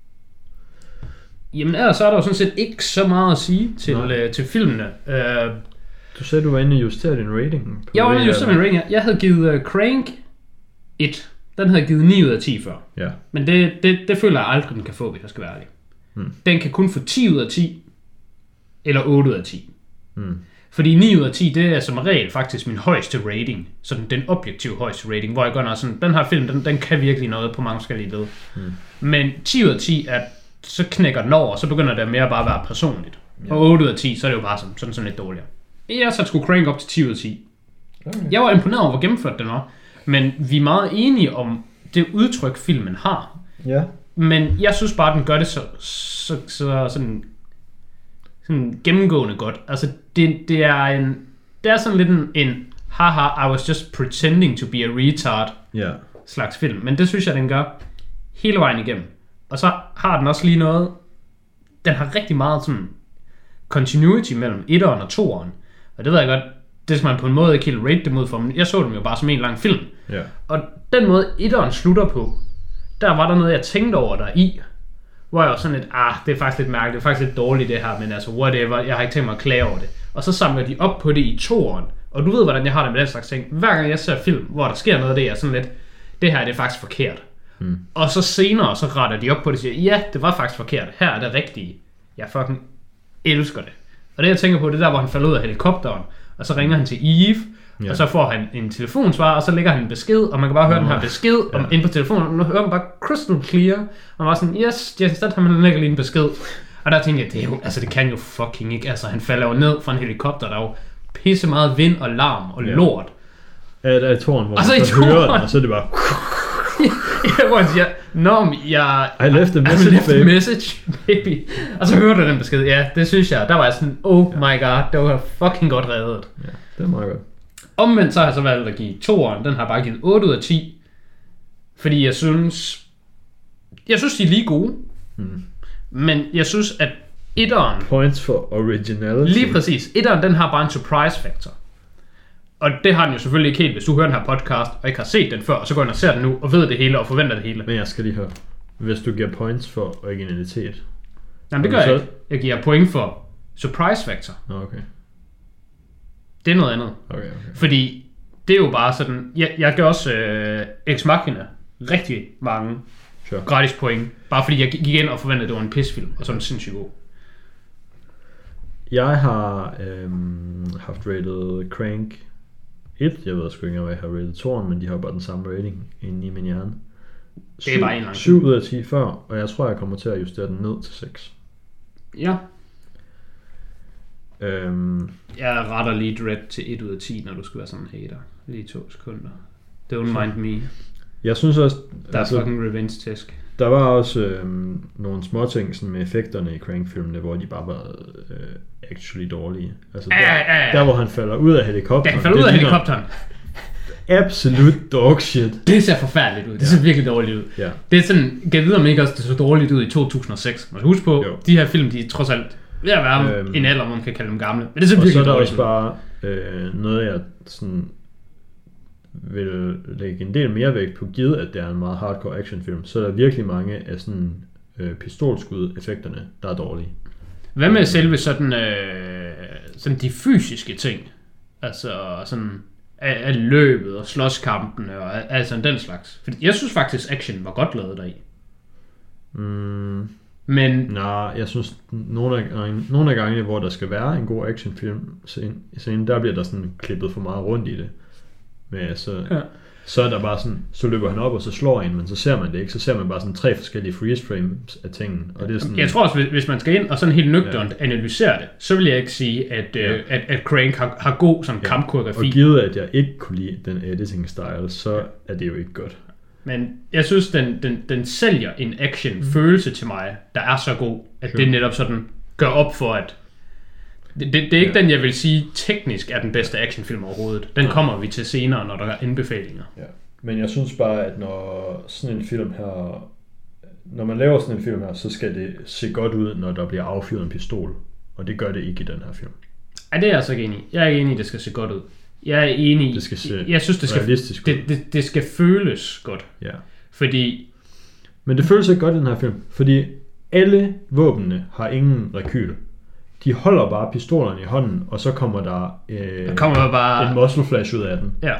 Jamen ellers så er der jo sådan set ikke så meget at sige til filmene. Du sagde, du var inde og justere din rating. Jeg var inde og justere min rating. Jeg havde givet Crank 1. Den havde jeg givet 9 ud af 10 før. Ja. Men det føler jeg aldrig, den kan få, hvis jeg skal være ærlig. Den kan kun få 10 ud af 10. Eller 8 ud af 10. Fordi 9 ud af 10, det er som regel faktisk min højeste rating. Sådan den objektive højeste rating, hvor jeg gør noget sådan, den her film, den kan virkelig noget på mange forskellige led. Men 10 ud af 10 er, så knækker den over, så begynder det mere bare at være personligt. Og 8 ud af 10, så er det jo bare sådan lidt dårligere. Jeg satte sgu Crank op til 10 ud af 10. Okay. Jeg var imponeret over, hvor gennemført den var. Men vi er meget enige om det udtryk, filmen har. Ja. Men jeg synes bare, den gør det så sådan gennemgående godt. Altså, det er sådan lidt en haha, I was just pretending to be a retard slags film. Men det synes jeg, den gør hele vejen igennem. Og så har den også lige noget, den har rigtig meget sådan continuity mellem 1'eren og 2'eren. Og det ved jeg godt, det skal man på en måde ikke helt rate dem ud for, men jeg så dem jo bare som en lang film. Ja. Og den måde 1'eren slutter på, der var der noget, jeg tænkte over der i, hvor jeg var sådan lidt, det er faktisk lidt mærkeligt, det er faktisk lidt dårligt det her, men altså whatever, jeg har ikke tænkt mig at klage over det. Og så samler de op på det i 2'eren, og du ved, hvordan jeg har det med den slags ting. Hver gang jeg ser film, hvor der sker noget af det, er sådan lidt, det her det er faktisk forkert. Og så senere, så retter de op på det og siger, ja, det var faktisk forkert, her er det rigtige. Jeg fucking elsker det. Og det jeg tænker på, det der, hvor han falder ud af helikopteren, og så ringer han til Eve, og så får han en telefonsvar, og så lægger han en besked, og man kan bare høre den her besked ind på telefonen, og nu hører man bare crystal clear, og man var sådan, yes, Jason Statham lægger lige en besked. Og der tænkte jeg, det kan jo fucking ikke, altså han falder jo ned fra en helikopter, der er jo pisse meget vind og larm og lort. Ja, der er tårn, hvor man så hører den, og så er det bare... Hvor han siger, I left a message, baby. Og så hører du den besked. Ja, det synes jeg. Der var jeg sådan, oh my god, det var fucking godt reddet. Ja, det er meget godt. Omvendt så har jeg så valgt at give 2'eren. Den har bare givet 8 ud af 10. Fordi jeg synes de er lige gode. Men jeg synes, at 1'eren... Points for originality. Lige præcis. 1'eren, den har bare en surprise factor. Og det har den jo selvfølgelig ikke helt, hvis du hører den her podcast, og ikke har set den før, og så går den og ser den nu, og ved det hele, og forventer det hele. Men jeg skal lige høre, hvis du giver points for originalitet... Jamen det gør jeg ikke. Jeg giver point for surprise factor. Okay. Det er noget andet. Okay. Fordi det er jo bare sådan, jeg gør også Ex Machina rigtig mange gratis point, bare fordi jeg gik ind og forventede, at det var en pisfilm, og så er den sindssygt god. Jeg har haft rated Crank 1, jeg ved sgu ikke engang, hvad jeg har rated 2'eren, men de har bare den samme rating inde i min hjerne. Det er bare en lang 7 ud af 10 før, og jeg tror, jeg kommer til at justere den ned til 6. Ja. Jeg retter lige Dread til 1 ud af 10, når du skal være sådan en hater. Lige 2 sekunder. Don't mind me. Jeg synes også... Der er fucking revenge-tæsk. Der var også nogle små ting sådan med effekterne i Crank-filmene, hvor de bare var actually dårlige. Altså der hvor han falder ud af helikopteren. Ja, han falder ud af helikopteren. Absolut dog shit. Det ser forfærdeligt ud. Det ser virkelig dårligt ud. Ja. Det er sådan, kan jeg vide om ikke også det så dårligt ud i 2006. Man skal huske på, de her film, de er trods alt ved at være en alder, hvor man kan kalde dem gamle. Men det ser virkelig dårligt ud. Og så er der også bare noget, jeg sådan vil lægge en del mere vægt på, givet at det er en meget hardcore actionfilm, så er der virkelig mange af sådan pistolskud-effekterne, der er dårlige. Hvad med selve sådan de fysiske ting? Altså sådan af løbet og slåskampene og altså den slags. Fordi jeg synes faktisk, action var godt lavet deri. Men... Nej, jeg synes, nogle af gangene, hvor der skal være en god actionfilm scene, der bliver der sådan klippet for meget rundt i det. Men så er der bare sådan, så løber han op, og så slår en, men så ser man det ikke. Så ser man bare sådan 3 forskellige freeze frames af tingene. Og det er sådan, jeg tror også, hvis man skal ind og sådan helt nøgternt analysere det, så vil jeg ikke sige, at Crank har god sådan kampkoreografi. Og givet, at jeg ikke kunne lide den editing style, så er det jo ikke godt. Men jeg synes, den sælger en action-følelse til mig, der er så god, at det netop sådan gør op for, at det er ikke den, jeg vil sige teknisk er den bedste actionfilm overhovedet. Den kommer vi til senere, når der er anbefalinger. Ja. Men jeg synes bare, at når man laver sådan en film her, så skal det se godt ud, når der bliver affyret en pistol. Og det gør det ikke i den her film. Ej, det er jeg så ikke enig i. Jeg er ikke enig i, at det skal se godt ud. Jeg er enig i, det skal se jeg synes, det skal føles godt. Ja. Fordi... Men det føles ikke godt i den her film, fordi alle våbnene har ingen rekyl. De holder bare pistolerne i hånden, og så kommer der bare en muzzle flash ud af den. Ja.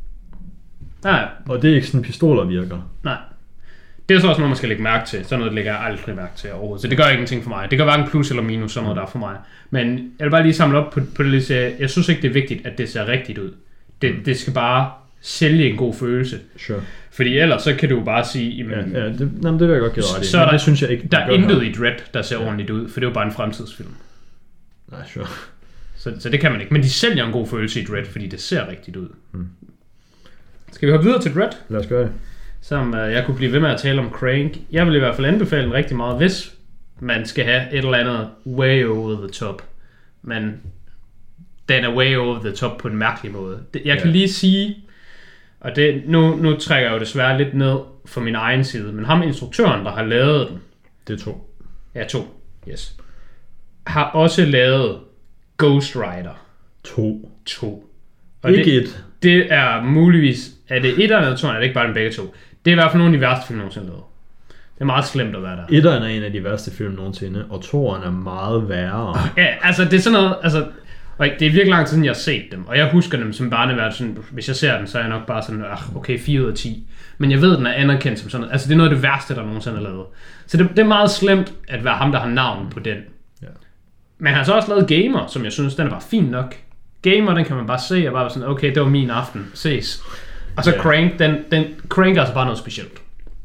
Nej. Og det er ikke sådan, pistoler virker. Nej. Det er så også noget, man skal lægge mærke til. Sådan noget lægger jeg aldrig mærke til overhovedet. Så det gør ingenting for mig. Det gør hverken plus eller minus, sådan noget der for mig. Men jeg vil bare lige samle op på det. Jeg synes ikke, det er vigtigt, at det ser rigtigt ud. Det skal bare sælge en god følelse. Sure. Fordi ellers så kan du jo bare sige... Jamen, det vil jeg godt give ret i. Så det synes jeg ikke. Der er intet i Dredd, der ser ordentligt ud. For det er jo bare en fremtidsfilm. Nej, sure. Så det kan man ikke. Men de sælger en god følelse i Dredd, fordi det ser rigtigt ud. Skal vi hoppe videre til Dredd? Lad os gøre det. Som jeg kunne blive ved med at tale om Crank. Jeg vil i hvert fald anbefale den rigtig meget, hvis man skal have et eller andet way over the top. Men den er way over the top på en mærkelig måde. Jeg kan lige sige, og nu trækker jeg jo desværre lidt ned for min egen side, men ham instruktøren, der har lavet den. Det er 2. Ja, 2. Yes. Har også lavet Ghost Rider. 2. Og ikke et. Det er muligvis... Er det 1'eren eller 2'eren? Er det ikke bare den begge 2? Det er i hvert fald nogle af de værste film nogensinde lavet. Det er meget slemt at være der. 1'eren er en af de værste film nogensinde, og 2'eren er meget værre. Ja, altså det er sådan noget... Altså, det er virkelig lang tid siden, jeg har set dem. Og jeg husker dem som barnevært. Sådan, hvis jeg ser den, så er jeg nok bare sådan... Okay, 4 ud af 10. Men jeg ved, den er anerkendt som sådan noget. Altså det er noget af det værste, der nogensinde er lavet. Så det er meget slemt at være ham, der har navn på den. Ja. Men han har så også lavet Gamer, som jeg synes, den er bare fin nok. Gamer, den kan man bare se, og bare sådan, okay, det var min aften, ses. Og så Crank, den Crank er altså bare noget specielt.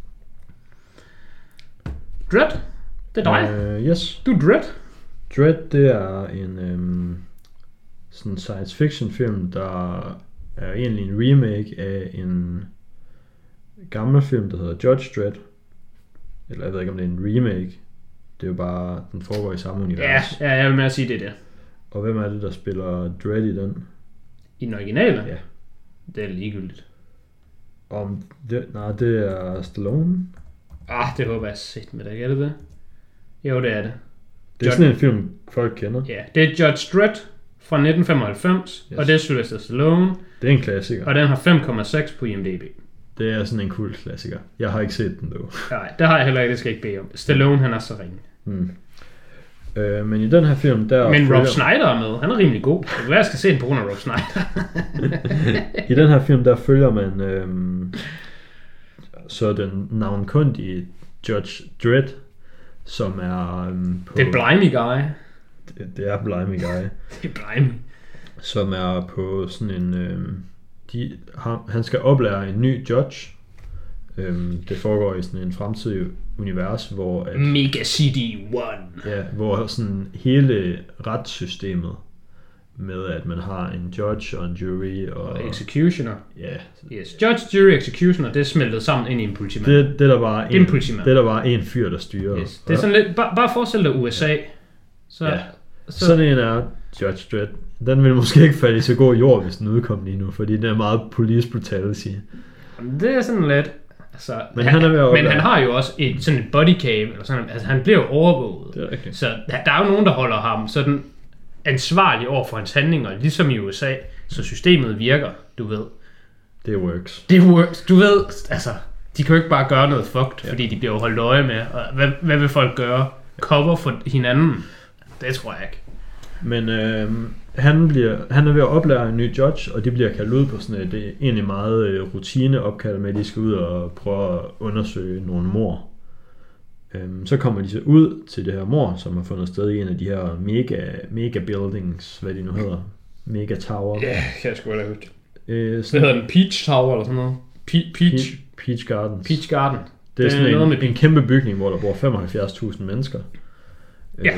Dredd, det er dig. Yes. Du er Dredd. Dredd, det er en sådan science fiction film, der er egentlig en remake af en gammel film, der hedder Judge Dredd. Eller jeg ved ikke, om det er en remake. Det er jo bare, den foregår i samme univers. Ja, jeg vil med at sige det. Og hvem er det, der spiller Dredd i den? I den originale? Ja. Det er ligegyldigt. Det er Stallone. Det håber jeg set med dig, er det det? Jo, det er det. Det er sådan en film, folk kender. Ja, det er Judge Dredd fra 1995, yes. Og det er Sylvester Stallone. Det er en klassiker. Og den har 5,6 på IMDb. Det er sådan en cool klassiker. Jeg har ikke set den dog. Nej, det har jeg heller ikke, det skal jeg ikke bede om. Stallone, han er så ringe. Men i den her film, der... Men Rob Schneider er med. Han er rimelig god. Det er jeg skal se den på grund af Rob Schneider. I den her film, der følger man så den navnkundige Judge Dredd, som er på... Det er Blimey Guy. Det er Blimey Guy. Det er Blimey. Som er på sådan en... han skal oplære en ny judge. Det foregår i sådan en fremtidig univers, hvor... Mega City 1. Ja, hvor sådan hele retssystemet med, at man har en judge og en jury og executioner. Ja. Yes. Judge, jury, executioner, det er smeltet sammen ind i en politimand. Det er der bare en politimand. Det er der bare en fyr, der styrer. Yes. Det er sådan lidt... Bare forestil dig USA. Så sådan en er Judge Dredd. Den vil måske ikke falde i så god jord, hvis den udkom lige nu, fordi den er meget police brutality. Det er sådan lidt... Altså, men han har jo også sådan et body cave, eller sådan, altså han bliver jo overvåget. Det er rigtigt. Så der er jo nogen, der holder ham sådan ansvarlig over for hans handlinger, ligesom i USA, så systemet virker, du ved. Det works. Du ved, altså, de kan jo ikke bare gøre noget fucked, fordi de bliver jo holdt øje med, og hvad vil folk gøre? Cover for hinanden? Det tror jeg ikke. Men han er ved at oplære en ny judge, og de bliver kaldt ud på sådan et egentlig meget rutineopkald med, at de skal ud og prøve at undersøge nogle mord. Så kommer de så ud til det her mord, som har fundet sted i en af de her mega buildings, hvad de nu hedder. Mega tower. Ja, jeg skulle da huske. Hvad hedder den? Peach Tower eller sådan noget? Peach Gardens. Peach Garden. Det er sådan en kæmpe bygning, hvor der bor 75.000 mennesker. Ja.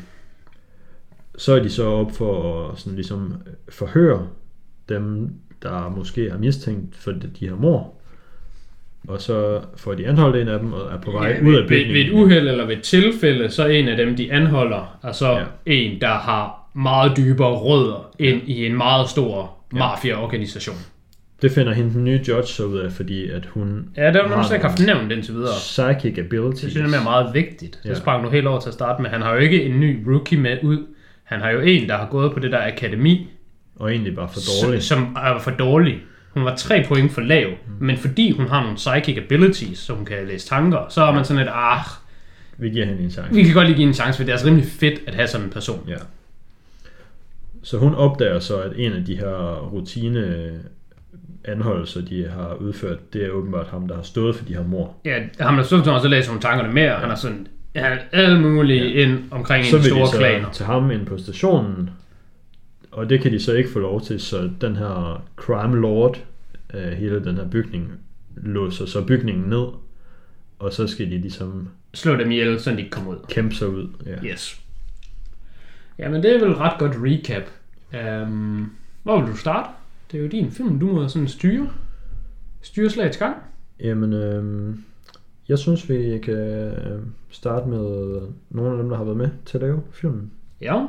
Så er de så op for at sådan ligesom forhøre dem, der måske har mistænkt for de her mord. Og så får de anholdt en af dem og er på vej ud af bygningen. Ved et uheld eller ved et tilfælde, så er en af dem, de anholder, altså en, der har meget dybere rødder ind i en meget stor mafia-organisation. det finder hende den nye judge så ud af, fordi at hun... Ja, det har du nok ikke haft nævnt indtil videre. Psychic abilities. Det synes jeg er meget vigtigt. Det sprang nu helt over til at starte med. Han har jo ikke en ny rookie med ud. Han har jo en, der har gået på det der akademi. Og egentlig bare for dårlig. Som er for dårlig. Hun var 3 point for lav. Men fordi hun har nogle psychic abilities, så hun kan læse tanker, så er man sådan et, vi giver hende en chance. Vi kan godt lige give en chance, for det er altså rimelig fedt at have sådan en person. Ja. Så hun opdager så, at en af de her rutine anholdelser, de har udført, det er åbenbart ham, der har stået for de her mord. Ja, ham der stod for, og så læser hun tankerne mere, og han er sådan, han er alle mulige ind omkring en store klaner. Så vil de tage ham ind på stationen, og det kan de så ikke få lov til, så den her crime lord af hele den her bygning låser så bygningen ned, og så skal de ligesom slå dem ihjel, så de ikke kommer ud. Kæmpe sig ud, ja. Yes. Jamen det er vel ret godt recap. Hvor vil du starte? Det er jo din film, du må sådan styre slagets gang. Jamen, jeg synes vi kan starte med nogle af dem, der har været med til at lave filmen. Ja.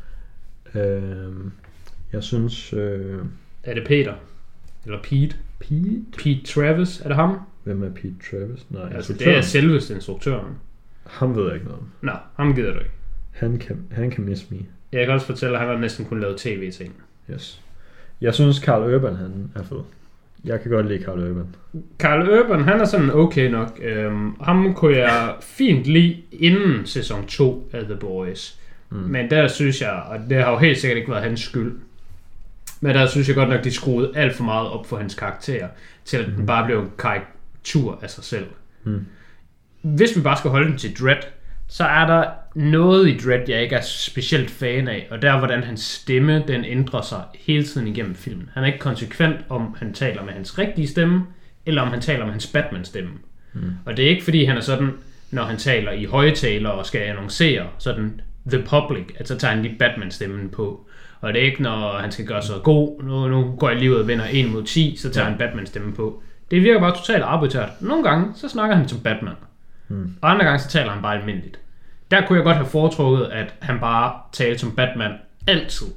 Jeg synes... Er det Peter? Eller Pete? Pete Travis, er det ham? Hvem er Pete Travis? Nej, altså det er selveste instruktøren. Ham ved jeg ikke noget om. Nå, ham gider du ikke. Han kan miss me. Jeg kan også fortælle, at han har næsten kun lavet tv-ting. Yes. Jeg synes, Karl Urban, han er fed. Jeg kan godt lide Karl Urban. Karl Urban, han er sådan okay nok. Ham kunne jeg fint lide inden sæson 2 af The Boys. Men der synes jeg, og det har jo helt sikkert ikke været hans skyld, men der synes jeg godt nok, de skruede alt for meget op for hans karakter, til at den bare blev en karikatur af sig selv. Hvis vi bare skal holde den til Dredd, så er der noget i Dredd, jeg ikke er specielt fan af, og der er, hvordan hans stemme, den ændrer sig hele tiden igennem filmen. Han er ikke konsekvent, om han taler med hans rigtige stemme, eller om han taler med hans Batman-stemme. Og det er ikke, fordi han er sådan, når han taler i højtaler og skal annoncere sådan the public, at så tager han lige Batman-stemmen på. Og det er ikke, når han skal gøre sig god, nu går jeg lige ud og vinder 1 mod 10, så tager han Batman-stemmen på. Det virker bare totalt arbitrært. Nogle gange, så snakker han som Batman. Og andre gange, så taler han bare almindeligt. Der kunne jeg godt have foretrukket, at han bare talte som Batman altid.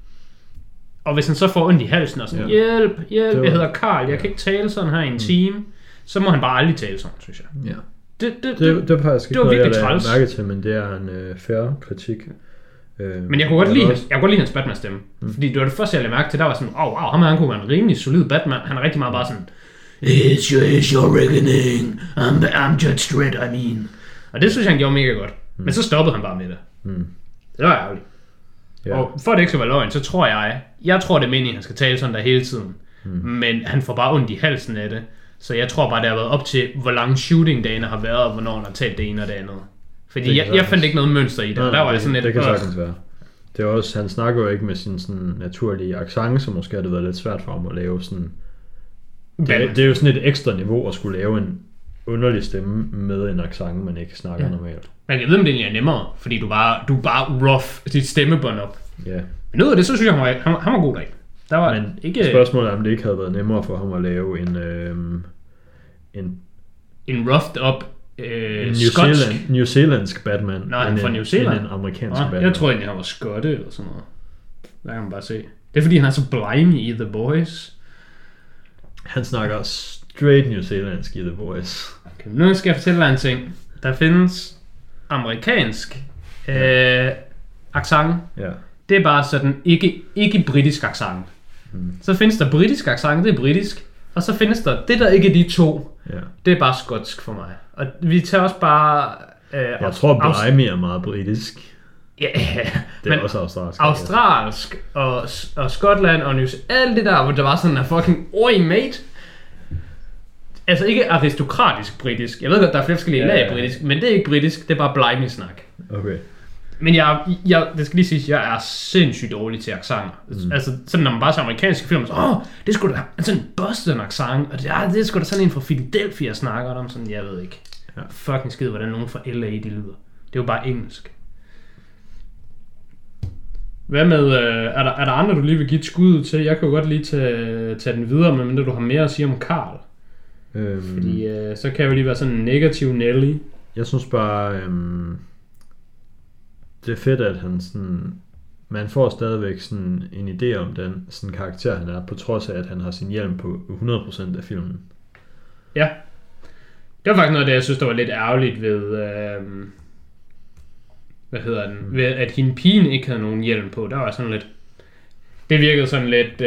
Og hvis han så får ondt i halsen og sådan, hjælp, jeg hedder Karl, jeg kan ikke tale sådan her i en time, så må han bare aldrig tale sådan, synes jeg. Ja. Det var faktisk ikke noget, jeg lagde mærke til, men det er en fair kritik. Men jeg kunne godt lide hans Batman-stemme. Fordi det var det første, jeg lagde mærke til, der var sådan, wow, han kunne være en rimelig solid Batman. Han er rigtig meget bare sådan, It's your reckoning, I'm Judge Dredd, I mean. Og det synes jeg, han gjorde mega godt. Men så stoppede han bare med det. Det var ærgerligt. Og for at det ikke skal være løgn, så tror jeg tror det er meningen, han skal tale sådan der hele tiden. Men han får bare ondt i halsen af det. Så jeg tror bare, det har været op til, hvor lange shooting-dagene har været, og hvornår han har talt det ene og det andet. Fordi jeg fandt ikke noget mønster i det. Nej, der var sådan det kan sagtens være. Det er også, han snakker jo ikke med sin sådan naturlige accent, så måske har det været lidt svært for ham at lave sådan... Det er jo sådan et ekstra niveau at skulle lave en underlig stemme med en accent, man ikke snakker normalt. Men jeg ved, om det egentlig er nemmere, fordi du er bare rough dit stemmebånd op. Ja. Men noget af det, så synes jeg, han var god dag. Der var men ikke... Spørgsmålet er, om det ikke havde været nemmere for ham at lave en roughed up New Zealandsk Batman. Nej, fra New Zealand. En amerikansk Batman. Jeg tror egentlig, han var skotte eller sådan noget. Der kan man bare se. Det er fordi, han er så blimey i The Boys. Han snakker straight New Zealandsk i The Boys. Okay, nu skal jeg fortælle dig en ting. Der findes amerikansk accent. Ja. Det er bare sådan ikke britisk accent. Så findes der britisk accent, det er britisk. Og så findes der der ikke er de to. Ja. Det er bare skotsk for mig. Og vi tager også bare... jeg tror Blimey er meget britisk. Ja, det er også australsk. Australsk og Skotland og New Zealand, alt det der, hvor der var sådan en fucking oi mate. Altså ikke aristokratisk britisk. Jeg ved godt, der er flere forskellige lag britisk, men det er ikke britisk, det er bare Blimey-snak. Okay. Men jeg det skal lige sige, jeg er sindssygt dårlig til accenter. Altså sådan, når man bare ser amerikanske film, så det er sgu da sådan en Boston accent, og det er sgu da sådan en fra Philadelphia snakker om, sådan, jeg ved ikke. Ja. Fucking skid, hvordan nogen fra LA de lyder. Det er jo bare engelsk. Hvad med, er der andre, du lige vil give et skud til? Jeg kan jo godt lige tage den videre, men du har mere at sige om Karl. Fordi så kan jeg jo lige være sådan en negativ Nelly. Jeg synes bare, det er fedt, at han sådan man får stadigvæk sådan en idé om den sådan karakter, han er, på trods af, at han har sin hjelm på 100% af filmen. Ja. Det var faktisk noget af det, jeg synes, der var lidt ærgerligt ved... ved at hende pigen ikke havde nogen hjelm på. Der var sådan lidt... Det virkede sådan lidt...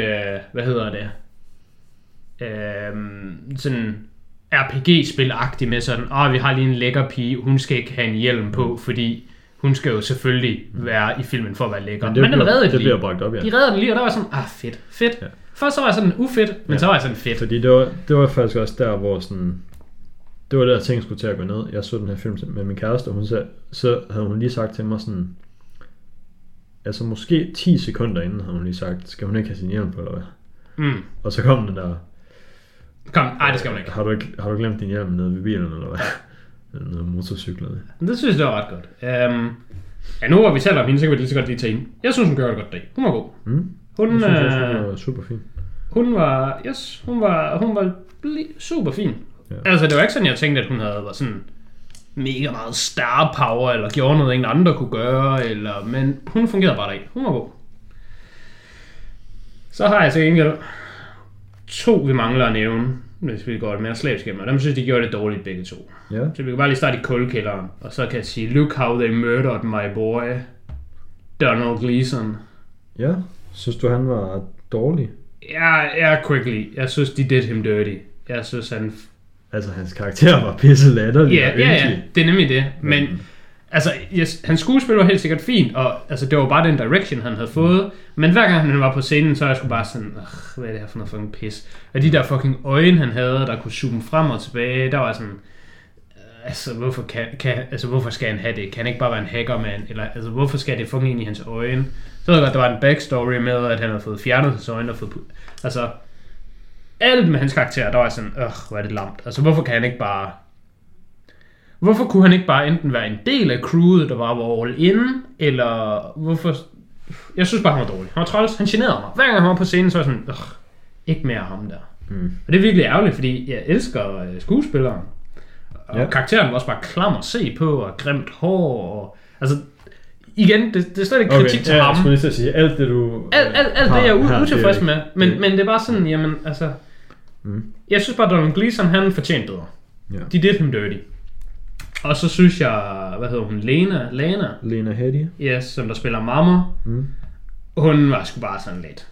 sådan RPG-spil-agtigt med sådan... vi har lige en lækker pige, hun skal ikke have en hjelm på, fordi hun skal jo selvfølgelig være i filmen for at være lækker. Men den reddede det bliver bragt op, ja. De reddede den lige, og der var sådan... fedt. Ja. Først så var jeg sådan ufedt, men så var jeg sådan fedt. Fordi det var faktisk også der, hvor sådan... Det var der, ting skulle til at gå ned. Jeg så den her film med min kæreste, og så havde hun lige sagt til mig sådan... Altså måske 10 sekunder inden havde hun lige sagt, skal hun ikke have sin hjelm på, eller hvad? Og så kom den der... det skal hun ikke. Har du glemt din hjelm nede ved bilen, eller hvad? Noget motorcykler. Det synes jeg var ret godt. Nu hvor vi taler om hende, så kan vi lige så godt lige tage hende. Jeg synes, hun gør det godt dag. Hun var god. Hun var super fin. Hun var super fin. Ja. Altså det var ikke sådan, jeg tænkte, at hun var sådan mega meget star power, eller gjorde noget, ingen andre kunne gøre, men hun fungerede bare der. Hun var god. Så har jeg til gengæld 2, vi mangler at nævne, hvis vi går det mere slavisk igennem, og dem synes, de gjorde det dårligt begge 2. Ja. Så vi kan bare lige starte i kuldekælderen, og så kan jeg sige, look how they murdered my boy, Donald Gleeson. Ja, synes du, han var dårlig? Ja, quickly. Jeg synes, de did him dirty. Jeg synes, han... Altså, hans karakter var pisse latterlig. Ja, det er nemlig det. Men, altså, hans skuespil var helt sikkert fint, og altså, det var bare den direction, han havde fået. Men hver gang han var på scenen, så er jeg sgu bare sådan, hvad er det her for noget fucking pis? Og de der fucking øjne, han havde, der kunne zoome frem og tilbage, der var sådan... Altså, hvorfor skal han have det? Kan han ikke bare være en hackermand? Eller, altså, hvorfor skal det fucking ind i hans øjne? Så ved jeg godt, der var en backstory med, at han havde fået fjernet hans øjne og fået... Altså, alt med hans karakter, der var sådan, hvor er det lamt. Altså, hvorfor kan han ikke bare... Hvorfor kunne han ikke bare enten være en del af crewet, der var all in, eller hvorfor... Jeg synes bare, han var dårlig. Han var træls, han generede mig. Hver gang han var på scenen, så var jeg sådan, ikke mere ham der. Og det er virkelig ærgerligt, fordi jeg elsker skuespilleren. Og karakteren var også bare klam at se på, og grimt hår, og... Altså, igen, det er slet ikke kritik til ham. Jeg skulle lige til at sige, alt det du... Alt det, jeg er utilfreds med. Men det er bare sådan, jamen, altså... Jeg synes bare, Donald Gleeson, han fortjente bedre. Ja. De did him dirty. Og så synes jeg, hvad hedder hun, Lena Headey. Yes, som der spiller mamma. Hun var sgu bare sådan lidt...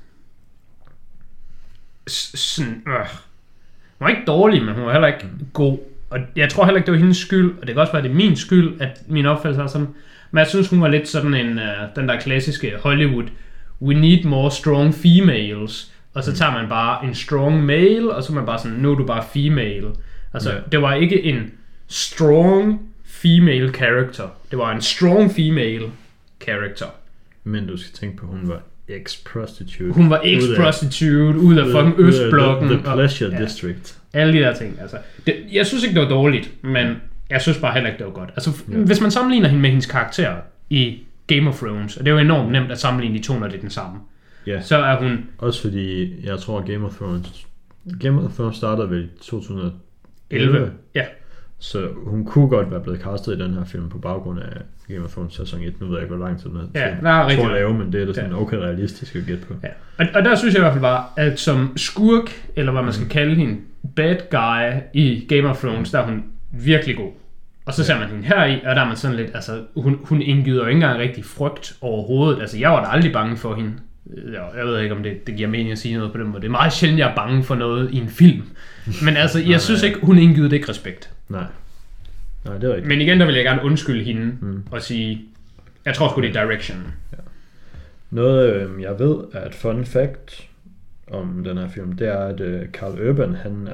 Hun var ikke dårlig, men hun var heller ikke god. Og jeg tror heller ikke, det var hendes skyld, og det kan også være, det er min skyld, at min opfattelse er sådan. Men jeg synes, hun var lidt sådan en, den der klassiske Hollywood, we need more strong females, og så tager man bare en strong male, og så er man bare sådan, nu er du bare female. Altså, det var ikke en strong female character, det var en strong female character. Men du skal tænke på, hun var ex-prostitute. Hun var ex-prostitute ud af fucking Østblokken. The Pleasure District. Alle de der ting, altså. Jeg synes ikke, det var dårligt, men jeg synes bare heller ikke, det var godt. Altså, hvis man sammenligner hende med hendes karakter i Game of Thrones, og det er jo enormt nemt at sammenligne de to, når det er den samme, så er hun... Også fordi, jeg tror, Game of Thrones startede vel i 2011. Ja. Så hun kunne godt være blevet castet i den her film på baggrund af Game of Thrones sæson 1. Nu ved jeg ikke, hvor lang tid den tror lave, men det er da sådan okay realistisk at gætte på. Ja. Og der synes jeg i hvert fald bare, at som skurk, eller hvad man skal kalde hende, bad guy i Game of Thrones, der er hun virkelig god. Og så ser man hende her i, og der er man sådan lidt, altså hun indgyder jo ikke engang rigtig frygt overhovedet. Altså jeg var da aldrig bange for hende. Jeg ved ikke, om det giver mening at sige noget på den måde. Det er meget sjældent, jeg er bange for noget i en film. Men altså, jeg synes ikke, hun indgyder ikke respekt. Nej, det er rigtigt. Men igen, der vil jeg gerne undskylde hende og sige, jeg tror sgu det er direction. Ja. Noget, jeg ved er et fun fact om den her film, det er, at Karl Urban,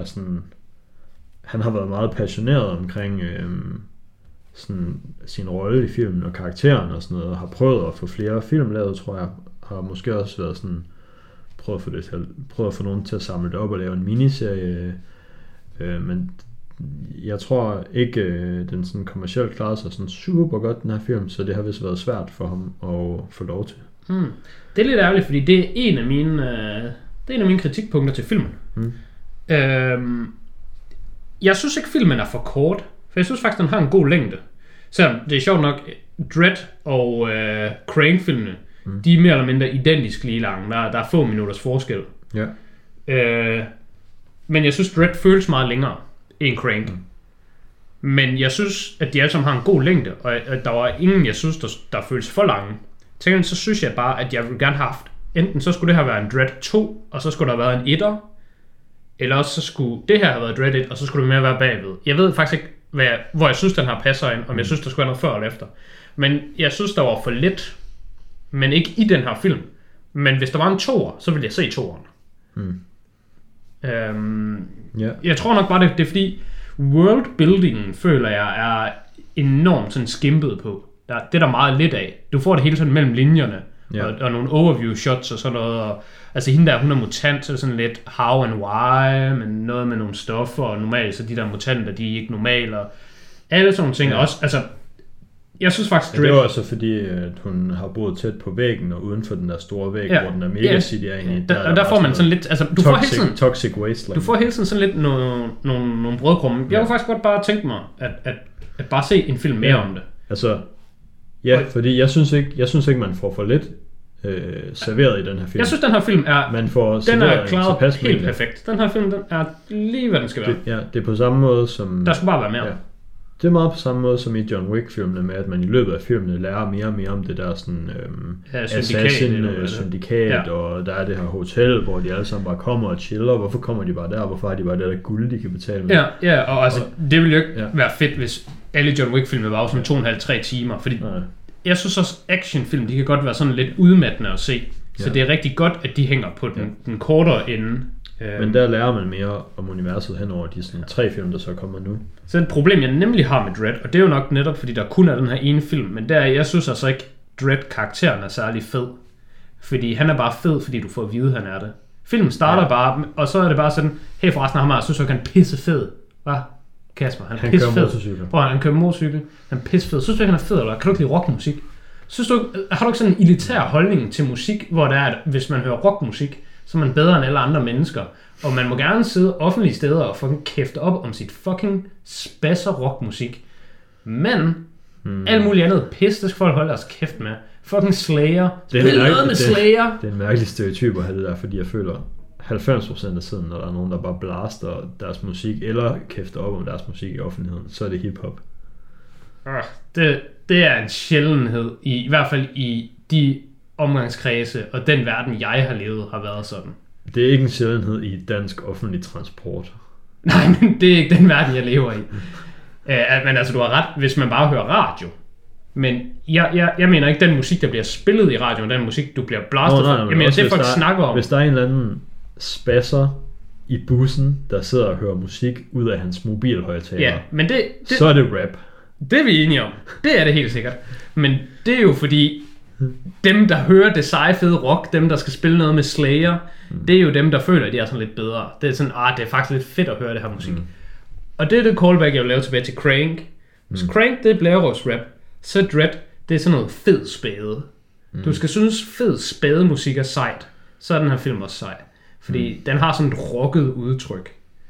han har været meget passioneret omkring sådan sin rolle i filmen og karakteren og sådan noget, og har prøvet at få flere film lavet, tror jeg. Har måske også været sådan prøvet at få nogen til at samle det op og lave en miniserie, men jeg tror ikke den sådan kommercielt klarede sig sådan super godt, den her film, så det har vist været svært for ham at få lov til. Det er lidt ærgerligt, fordi det er en af mine kritikpunkter til filmen. Jeg synes ikke filmen er for kort, for jeg synes faktisk den har en god længde. Selvom det er sjovt nok, Dredd og Crane-filmene, De er mere eller mindre identisk lige lange. Der er få minutters forskel. Ja. Men jeg synes, Dredd føles meget længere end Crank. Men jeg synes, at de alle sammen har en god længde, og der var ingen, jeg synes, der føles for lange. Til gengæld så synes jeg bare, at jeg ville gerne have haft, enten så skulle det have været en Dredd 2, og så skulle der have været en 1'er, eller også så skulle det her have været Dredd 1, og så skulle det mere være bagved. Jeg ved faktisk ikke, hvor jeg synes, den her passer ind, om jeg synes, der skulle være noget før eller efter. Men jeg synes, der var for lidt, men ikke i den her film. Men hvis der var en 2'er, så ville jeg se 2'eren. Jeg tror nok bare, det er fordi, worldbuildingen, føler jeg, er enormt sådan skimpet på. Det er der meget lidt af. Du får det hele sådan mellem linjerne, og nogle overview shots og sådan noget. Og, altså hende der, hun er mutant, så sådan lidt how and why, men noget med nogle stoffer, og normalt så de der mutanter, de er ikke normale, og alle sådan nogle ting. Også, altså, jeg synes faktisk, det er også fordi, at hun har boet tæt på væggen, og uden for den der store væg, hvor den er mega city egentlig. Der får man sådan lidt, altså du får hele tiden, toxic wasteland. Du får hele tiden sådan lidt nogle brødkrumme. Jeg kunne faktisk godt bare tænke mig, at bare se en film mere om det. Altså, fordi jeg synes ikke, man får for lidt serveret i den her film. Jeg synes, den her film er, man får den er klaret helt perfekt. Den her film, den er lige, hvad den skal være. Det er på samme måde som... Der skulle bare være mere. Ja. Det er meget på samme måde som i John Wick-filmene, med at man i løbet af filmene lærer mere og mere om det der sådan syndikat, og der er det her hotel, hvor de alle sammen bare kommer og chiller. Hvorfor kommer de bare der? Hvorfor har de bare det der guld, de kan betale med? Ja, og altså, det ville jo ikke være fedt, hvis alle John Wick-filmer var også sådan 2,5-3 timer, fordi jeg synes også, actionfilm, de kan godt være sådan lidt udmattende at se. Så det er rigtig godt, at de hænger på den kortere ende. Men der lærer man mere om universet hen over de sådan 3 film, der så kommer nu. Så et problem, jeg nemlig har med Dredd, og det er jo nok netop, fordi der kun er den her ene film, men jeg synes altså ikke, Dredd-karakteren er særlig fed. Fordi han er bare fed, fordi du får at vide, han er det. Filmen starter bare, og så er det bare sådan, hey forresten, jeg synes, han er pisse fed. Hvad? Kasper, han er pisse fed. Han kører motorcykel. Han er pisse fed. Synes du ikke, han er fed, eller kan du ikke lide rockmusik? Har du ikke sådan en elitær holdning til musik, hvor det er, at hvis man hører rockmusik, så er man bedre end alle andre mennesker. Og man må gerne sidde offentlige steder og fucking kæfte op om sit fucking spasser rockmusik. Men alt muligt andet pis, det skal folk holde deres kæft med. Fucking Slayer. Spil noget med Slayer. Det er en mærkelig stereotyp at have det der, fordi jeg føler 90% af tiden, når der er nogen, der bare blaster deres musik, eller kæfter op om deres musik i offentligheden, så er det hiphop. Det er en sjældenhed, i hvert fald i de omgangskredse, og den verden, jeg har levet, har været sådan. Det er ikke en sjældenhed i dansk offentlig transport. Nej, men det er ikke den verden, jeg lever i. Men altså, du har ret, hvis man bare hører radio. Men jeg mener ikke den musik, der bliver spillet i radioen, den musik, du bliver blastet for. Jeg mener, det folk snakker om. Hvis der er en eller anden spasser i bussen, der sidder og hører musik ud af hans mobilhøjtaler, men så er det rap. Det er vi enige om. Det er det helt sikkert. Men det er jo fordi, dem der hører det seje fede rock, dem der skal spille noget med Slayer, det er jo dem der føler, at de er sådan lidt bedre. Det er sådan, det er faktisk lidt fedt at høre det her musik. Og det er det callback, jeg vil lave tilbage til Crank. Hvis Crank, det er blærerøvsrap, så Dredd, det er sådan noget fed spade. Du skal synes fed spade musik er sejt, så er den her film også sej. Fordi den har sådan et rocket udtryk.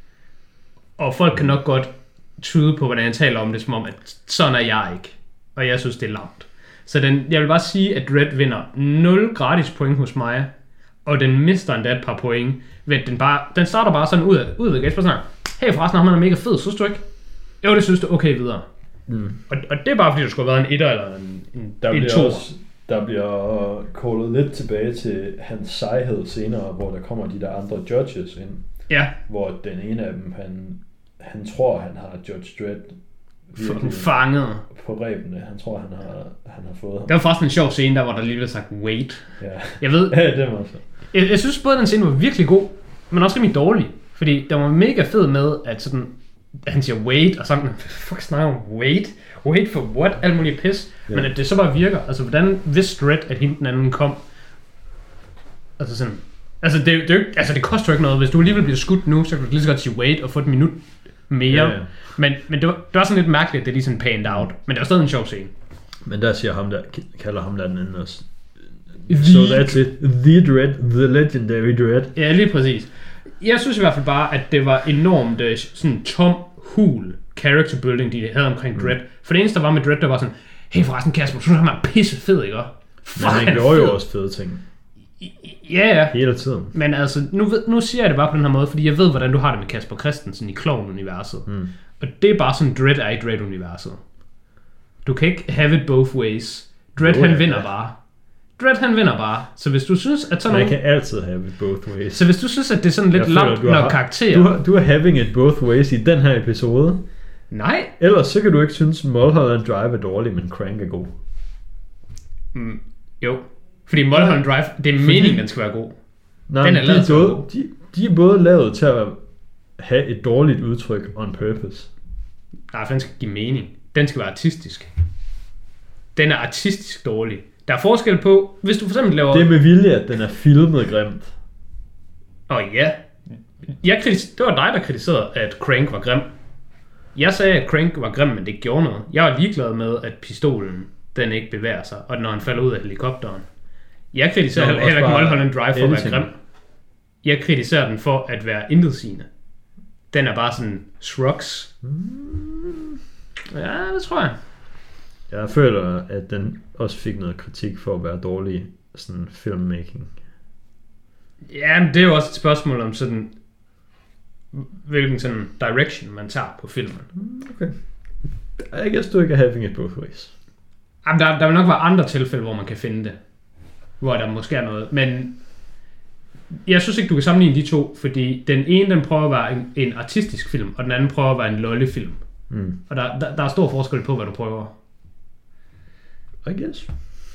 Og folk kan nok godt tyde på, hvordan jeg taler om det, som om, at sådan er jeg ikke. Og jeg synes, det er lamt. Så jeg vil bare sige, at Dredd vinder 0 gratis point hos mig, og den mister endda et par point, ved at den starter bare sådan ud ved Gates, sådan, hey forresten, han er mega fed, synes du ikke? Jo, det synes du, okay, videre. Og det er bare fordi, du skulle have været en 1'er eller en 2'er. Der bliver callet lidt tilbage til hans sejhed senere, hvor der kommer de der andre judges ind. Ja. Hvor den ene af dem, han tror, han har Judge Dredd fanget på rebene. Han tror, han har fået ham. Det var faktisk en sjov scene, der hvor der lige blev sagt wait. Ja. Jeg ved. Ja, det var så. Jeg synes både den scene var virkelig god, men også rimelig dårlig, fordi der var mega fed med at sådan han siger wait og sådan fuck snakker om wait for what, alt muligt pis, men at det så bare virker. Altså hvordan vidste Dredd at hende den anden kom? Altså sådan, det koster jo ikke noget. Hvis du alligevel bliver skudt nu, så kan du lige så godt sige wait og få et minut mere. Ja. Men det var sådan lidt mærkeligt, at det lige sådan panned out. Men det var stadig en sjov scene. Men der siger kalder ham der den anden også. So that's it. The Dredd, the legendary Dredd. Ja, lige præcis. Jeg synes i hvert fald bare, at det var enormt sådan tom, hul character building, de havde omkring Dredd. For det eneste, der var med Dredd, der var sådan, hey forresten Kasper, du synes han er pisse fed, ikke? Men han gjorde jo også fede ting. Ja. Hele tiden. Men altså, nu siger jeg det bare på den her måde, fordi jeg ved, hvordan du har det med Kasper Christensen i Klovn-universet. Og det er bare sådan, Dredd er i Dredd-universet. Du kan ikke have it both ways. Dredd, han vinder bare. Dredd, han vinder bare. Så hvis du synes, at sådan Man kan altid have it both ways. Så hvis du synes, at det er sådan lidt langt nok karakter... Du er having it both ways i den her episode. Nej. Ellers så kan du ikke synes, Mulholland Drive er dårlig, men Crank er god. Jo. Fordi Mulholland Drive, det er meningen, den skal være god. Nej, den er lavet til at være god. De er både lavet til at have et dårligt udtryk on purpose. Nej, for den skal give mening. Den skal være artistisk. Den er artistisk dårlig. Der er forskel på, hvis du for eksempel laver... Det er med vilje, at den er filmet grimt. Ja. Det var dig, der kritiserede, at Crank var grim. Jeg sagde, at Crank var grim, men det gjorde noget. Jeg var ligeglad med, at pistolen, den ikke bevæger sig, og når han falder ud af helikopteren. Jeg kritiserer heller ikke Mulholland Drive for at være grim. Jeg kritiserer den for at være intetsigende. Den er bare sådan shrugs. Ja, det tror jeg. Jeg føler, at den også fik noget kritik for at være dårlig sådan filmmaking. Ja, men det er jo også et spørgsmål om sådan, hvilken sådan direction man tager på filmen. Okay. I guess du ikke er having it both ways. Jamen, der vil nok være andre tilfælde, hvor man kan finde det. Hvor der måske er noget. Men jeg synes ikke, du kan sammenligne de to, fordi den ene, den prøver at være en artistisk film, og den anden prøver at være en lollefilm. Og der er stor forskel på, hvad du prøver. I guess.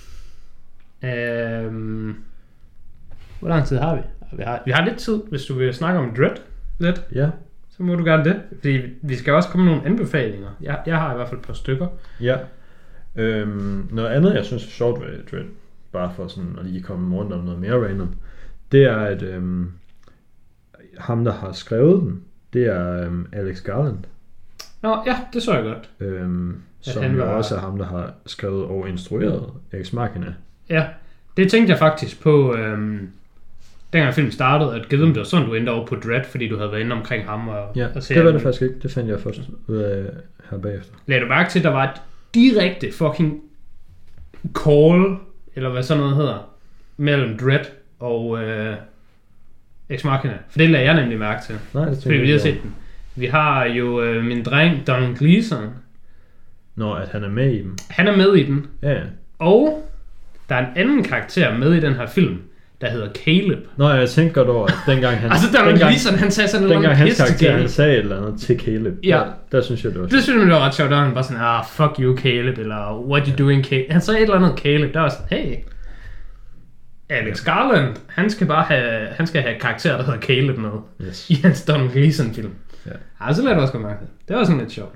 Hvor lang tid har vi? Vi har lidt tid, hvis du vil snakke om Dredd lidt. Ja. Så må du gerne det. Fordi vi skal også komme med nogle anbefalinger. Jeg har i hvert fald et par stykker. Ja. Noget andet, jeg synes er sjovt ved Dredd, bare for sådan at lige komme rundt om noget mere random, det er, at ham, der har skrevet den, det er Alex Garland. Nå, ja, det så jeg godt. Som jo også er ham, der har skrevet og instrueret Ex Machina. Ja, det tænkte jeg faktisk på, dengang filmen startede, at givet dem det var sådan, du endte over på Dredd, fordi du havde været inde omkring ham. Og det var det faktisk ikke. Det fandt jeg først ud af her bagefter. Lad du mærke til, at der var et direkte fucking call, eller hvad sådan noget hedder, mellem Dredd og Ex Machina. For det lagde jeg nemlig mærke til. Nej, det fordi vi lige har set den. Vi har jo min dreng, Don Gleeson. Nå, at han er med i den. Han er med i den. Ja. Og der er en anden karakter med i den her film, der hedder Caleb. Nå, jeg tænker godt over, at dengang han... altså, Don Gleeson, han sagde sådan noget dengang hans karakter, han sagde et eller andet til Caleb. Ja. Der synes jeg, det var sjovt. Det synes jeg, det var ret sjovt. Der var han bare sådan, fuck you, Caleb, eller what you doing, Caleb. Han sagde et eller andet Caleb. Der var sådan, hey, Alex Garland, han skal have karakterer, der hedder Caleb med. Yes. I hans Don Gleeson film. Ja. Så lader det også godt mærke det. Det var sådan lidt sjovt.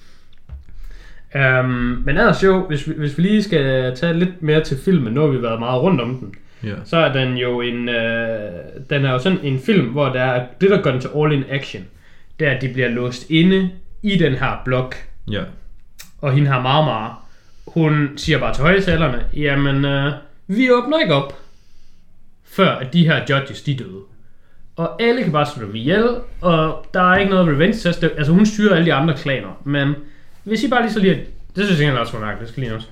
Men ellers jo, hvis vi lige skal tage lidt mere til filmen, nu har vi været meget rundt om den, så er den jo den er jo sådan en film, hvor der er det, der gør den til all in action, det er, at de bliver låst inde i den her blok. Ja. Og hende her Marmara, hun siger bare til højtalerne, jamen, vi åbner ikke op, før at de her judges, de døde. Og alle kan bare slå dem ihjel, og der er ikke noget revenge test. Altså hun styrer alle de andre klaner, men hvis I bare lige så lige, det synes jeg egentlig også var mærkeligt, det skal lige også,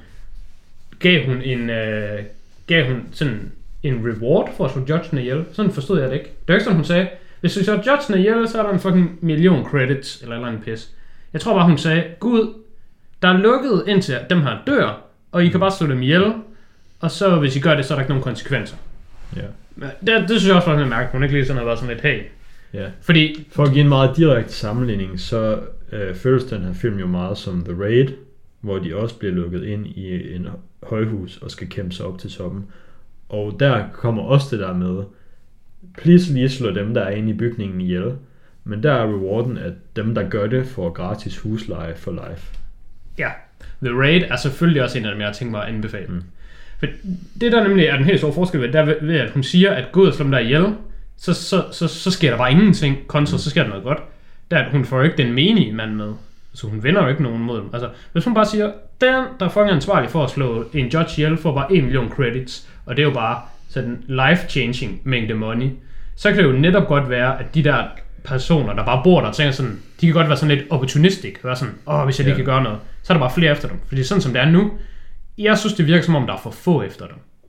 gav hun sådan en reward for at slå judgene ihjel. Sådan forstod jeg det ikke. Det var ikke sådan, hun sagde, hvis du slår judgene ihjel, så er der en fucking million credits, eller en pis. Jeg tror bare, hun sagde, Gud, der er lukket indtil dem her dør, og I kan bare slå dem ihjel, og så hvis I gør det, så er der ikke nogen konsekvenser. Ja. Det synes jeg også var sådan lidt mærkeligt. Hun ikke lige sådan har været sådan lidt, hey. Ja. Fordi, for at give en meget direkte sammenligning, så føles den her film jo meget som The Raid, hvor de også bliver lukket ind i en højhus og skal kæmpe sig op til toppen. Og der kommer også det der med, please lige slå dem, der er inde i bygningen ihjel. Men der er rewarden, at dem, der gør det, får gratis husleje for life. Ja. The Raid er selvfølgelig også en af dem, jeg tænker mig at anbefale. For det der nemlig er den helt store forskel ved, der ved at hun siger, at gå og slå dem der ihjel, så sker der bare ingenting. Kontra, så sker der noget godt. Der at hun får ikke den menige mand med. Så hun vinder jo ikke nogen mod dem. Altså, hvis hun bare siger, den, der er fucking ansvarlig for at slå en judge ihjel, får bare 1 million credits, og det er jo bare sådan life-changing mængde money, så kan det jo netop godt være, at de der personer, der bare bor der, tænker sådan, de kan godt være sådan lidt opportunistic, være sådan, hvis jeg lige kan gøre noget, så er der bare flere efter dem. Fordi sådan som det er nu, jeg synes, det virker som om, der er for få efter dem.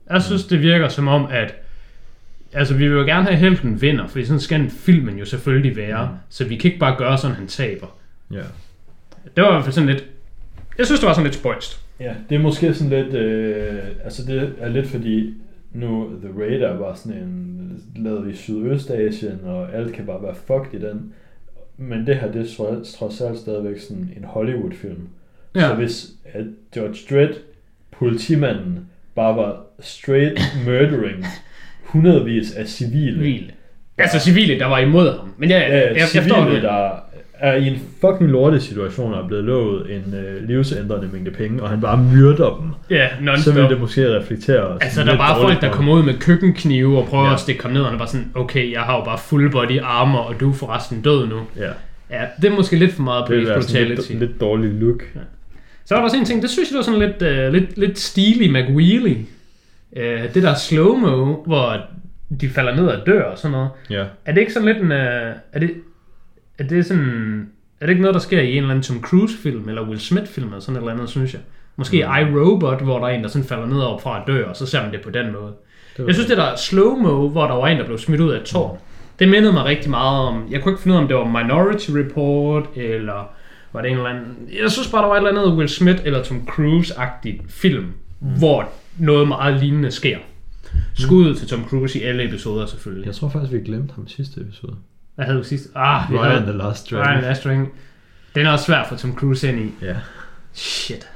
Jeg synes, det virker som om, at altså, vi vil jo gerne have helten vinder, for sådan skal filmen jo selvfølgelig være, så vi kan ikke bare gøre sådan, han taber. Ja. Det var i hvert fald sådan lidt, jeg synes, det var sådan lidt spøjst. Ja, det er måske sådan lidt, altså det er lidt fordi, nu The Raider var sådan en, lavet i Sydøstasien, og alt kan bare være fucked i den. Men det her, det er trods alt stadigvæk sådan en Hollywood-film. Ja. Så hvis George Dredd, politimanden, bare var straight murdering hundredvis af civile. Altså civile, der var imod ham. Men jeg forstår det. Der er i en fucking lortesituation og er blevet lovet en livsændrende mængde penge, og han bare myrder dem. Ja, non-stop. Så vil det måske reflektere. Altså, der er bare folk, der kommer ud med køkkenknive og prøver at stikke ham ned, og han er bare sådan, okay, jeg har jo bare full body armor, og du er forresten død nu. Ja, det er måske lidt for meget police brutality. Det er lidt dårlig look. Ja. Så var der også en ting, det synes jeg var sådan lidt stilig McWheelie. Det der slow-mo, hvor de falder ned og dør og sådan noget. Ja. Er det ikke sådan lidt en... Er det ikke noget, der sker i en eller anden Tom Cruise-film, eller Will Smith-film, eller sådan et eller andet, synes jeg? Måske iRobot, hvor der er en, der sådan falder ned over fra at dø, og så ser man det på den måde. Jeg synes, det der slow-mo, hvor der var en, der blev smidt ud af et tårn, det mindede mig rigtig meget om... Jeg kunne ikke finde ud af, om det var Minority Report, eller var det en eller anden... Jeg synes bare, der var et eller andet Will Smith eller Tom Cruise-agtigt film, hvor noget meget lignende sker. Skuddet til Tom Cruise i alle episoder, selvfølgelig. Jeg tror faktisk, vi glemte ham i sidste episode. Hvad havde du sidst? Ryan the Last Dragon. Ryan the Last Dragon. Den er også svær for Tom Cruise ind i. Ja. Shit.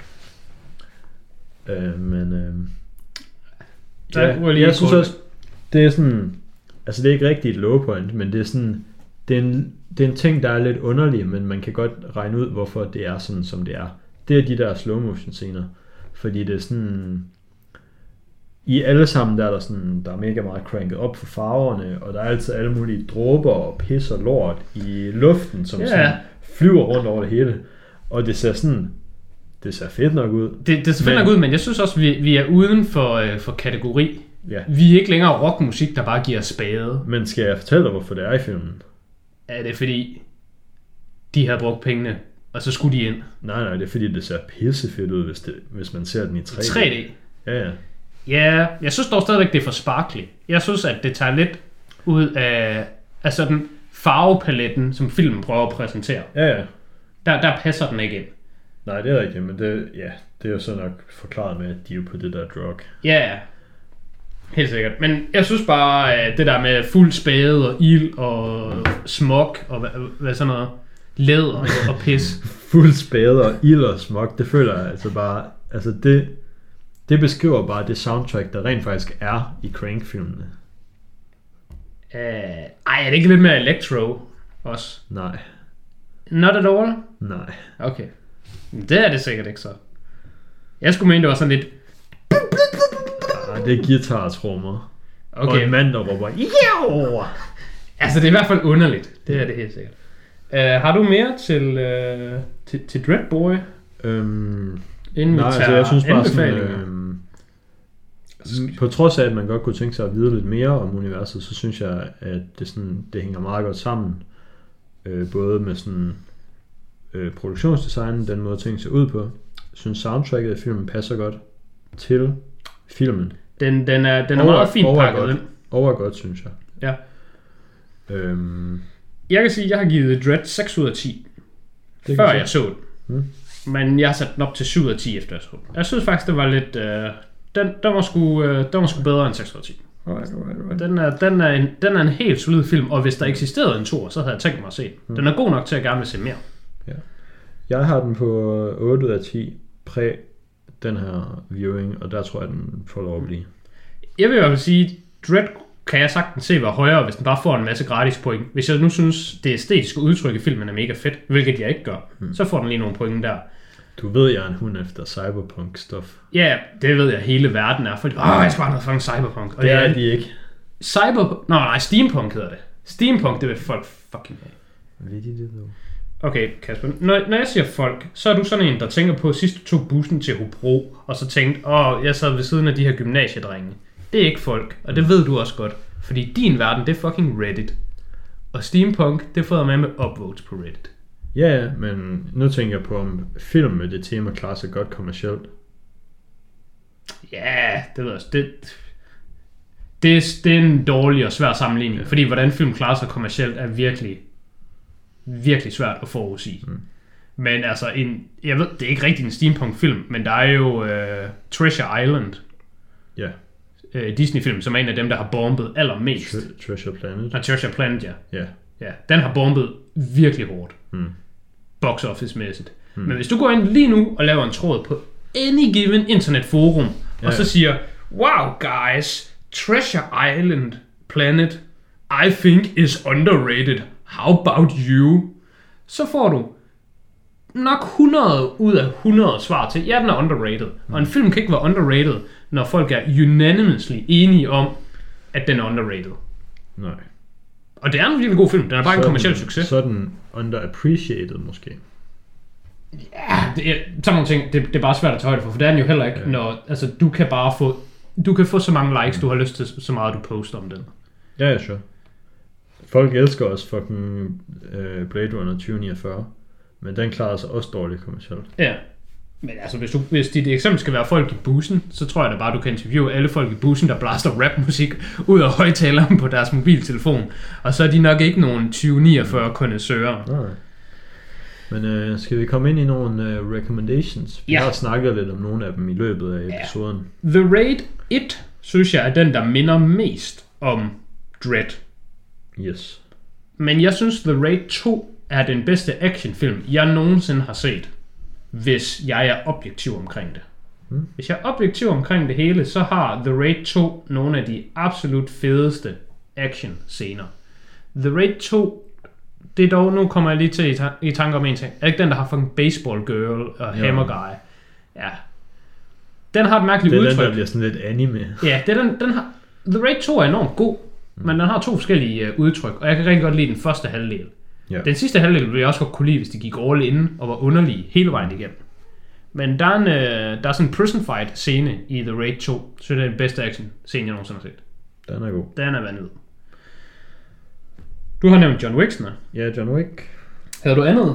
Jeg synes også, det er sådan, altså det er ikke rigtig et low point, men det er sådan, det er en ting, der er lidt underlig, men man kan godt regne ud, hvorfor det er sådan, som det er. Det er de der slow motion scener, fordi det er sådan, i alle sammen der er mega meget cranket op for farverne, og der er altid alle mulige dråber og pis og lort i luften, som sådan flyver rundt over det hele, og det ser fedt nok ud. Det ser fedt nok ud, men jeg synes også, vi er uden for kategori. Ja. Vi er ikke længere rockmusik, der bare giver spade. Men skal jeg fortælle dig, hvorfor det er i filmen? Er det fordi, de har brugt pengene, og så skulle de ind? Nej, det er fordi, det ser pissefedt ud, hvis man ser den i 3D. 3D? Ja. Ja, jeg synes dog stadigvæk, det er for sparkly. Jeg synes, at det tager lidt ud af sådan farvepaletten, som filmen prøver at præsentere. Ja. Der passer den ikke ind. Nej, det er rigtigt, men det er jo så nok forklaret med, at de er på det der drug. Ja, helt sikkert. Men jeg synes bare, at det der med fuld spade og ild og smog og hvad sådan noget, læder og pis. Fuld spade og ild og smog, det føler jeg altså bare, altså det beskriver bare det soundtrack, der rent faktisk er i Crank-filmene. Er det ikke lidt mere electro også? Nej. Not at all? Nej. Okay. Det er det sikkert ikke så. Jeg skulle mene, det var sådan lidt... det er guitar-trommer. Okay. Og en mand, der råber... Yow! Altså, det er i hvert fald underligt. Det er det helt sikkert. Har du mere til Dread Boy? Nej, altså jeg synes bare sådan... på trods af, at man godt kunne tænke sig at vide lidt mere om universet, så synes jeg, at det hænger meget godt sammen. Både med sådan... produktionsdesignen, den måde ting ser ud på. Jeg synes soundtracket i filmen passer godt til filmen. Den er meget fint pakket ind. Over godt, synes jeg. Ja. Jeg kan sige, at jeg har givet Dread 6 ud af 10. Før jeg så den. Men jeg har sat den op til 7 ud af 10 efter jeg så den. Jeg synes faktisk, det var lidt... Den var sgu bedre end 6 ud af 10. Alright. Den er en helt solid film, og hvis der eksisterede en 2, så havde jeg tænkt mig at se den. Den er god nok til at gerne vil se mere. Ja. Jeg har den på 8 ud af 10 præ den her viewing, og der tror jeg, den får lov at blive. Jeg vil i hvert fald sige, Dread kan jeg sagtens se være højere, hvis den bare får en masse gratis point. Hvis jeg nu synes, det æstetiske udtryk i filmen er mega fedt, hvilket jeg ikke gør, så får den lige nogle point der. Du ved, jeg er en hund efter cyberpunk-stof. Ja, det ved jeg, hele verden er. Fordi, jeg skal bare noget fucking cyberpunk. Og det er de ikke. Nej, steampunk hedder det. Steampunk, det vil folk fucking have. Ved de det dog? Okay, Kasper. Når jeg siger folk, så er du sådan en, der tænker på, at sidst du tog bussen til Hobro, og så tænkte, jeg sad ved siden af de her gymnasiedrenge. Det er ikke folk, og det ved du også godt. Fordi din verden, det er fucking Reddit. Og steampunk, det får jeg med upvotes på Reddit. Ja, men nu tænker jeg på, om film med det tema klarer sig godt kommercielt. Ja, det ved jeg. Det er en dårlig og svær sammenligning, fordi hvordan film klarer sig kommercielt er virkelig, virkelig svært at forudsige. Men altså, jeg ved, det er ikke rigtig en steampunk-film, men der er jo Treasure Island. Ja. Disney-film, som er en af dem, der har bombet allermest. Treasure Planet. Treasure Planet, ja. Ja, den har bombet virkelig hårdt. Box office-mæssigt. Men hvis du går ind lige nu og laver en tråd på any given internetforum, og så siger, wow guys, Treasure Island Planet, I think is underrated. How about you? Så får du nok 100 ud af 100 svar til, ja, den er underrated. Og en film kan ikke være underrated, når folk er unanimously enige om, at den er underrated. Nej. Og det er en virkelig god film. Den er bare en kommerciel succes. Så er den underappreciated måske. Ja, sådan nogle ting, det er bare svært at tage højde for det er den jo heller ikke, når altså, du kan få så mange likes, du har lyst til, så meget du poster om den. Ja, sure. Folk elsker også fucking Blade Runner 2049, men den klarer sig også dårligt kommercielt. Ja, men altså hvis dit eksempel skal være folk i bussen, så tror jeg da bare, du kan interviewe alle folk i bussen, der blaster rapmusik ud af højtaleren på deres mobiltelefon, og så er de nok ikke nogen 2049 kondensører. Nej. Men skal vi komme ind i nogle recommendations? Vi har snakket lidt om nogle af dem i løbet af episoden. The Raid 1, synes jeg, er den, der minder mest om Dredd. Yes. Men jeg synes, The Raid 2 er den bedste actionfilm, jeg nogensinde har set, hvis jeg er objektiv omkring det. Hvis jeg er objektiv omkring det hele, så har The Raid 2 nogle af de absolut fedeste action-scener. The Raid 2, det er dog, nu kommer jeg lige til i tanke om en ting. Er ikke den, der har fucking Baseball Girl og Hammer Guy? Ja. Den har et mærkeligt udtryk. Det er den, der bliver sådan lidt anime. Ja, det er den har... The Raid 2 er enormt god, men den har 2 forskellige udtryk, og jeg kan rigtig godt lide den første halvdel. Ja. Den sidste halvdel ville jeg også godt kunne lide, hvis de gik all in og var underlige hele vejen igennem. Men der er sådan en prison fight scene i The Raid 2, så det er den bedste action scene, jeg nogensinde har set. Den er god. Den er vanvittig. Du har nævnt John Wick, sådan. Ja, John Wick. Havde du andet?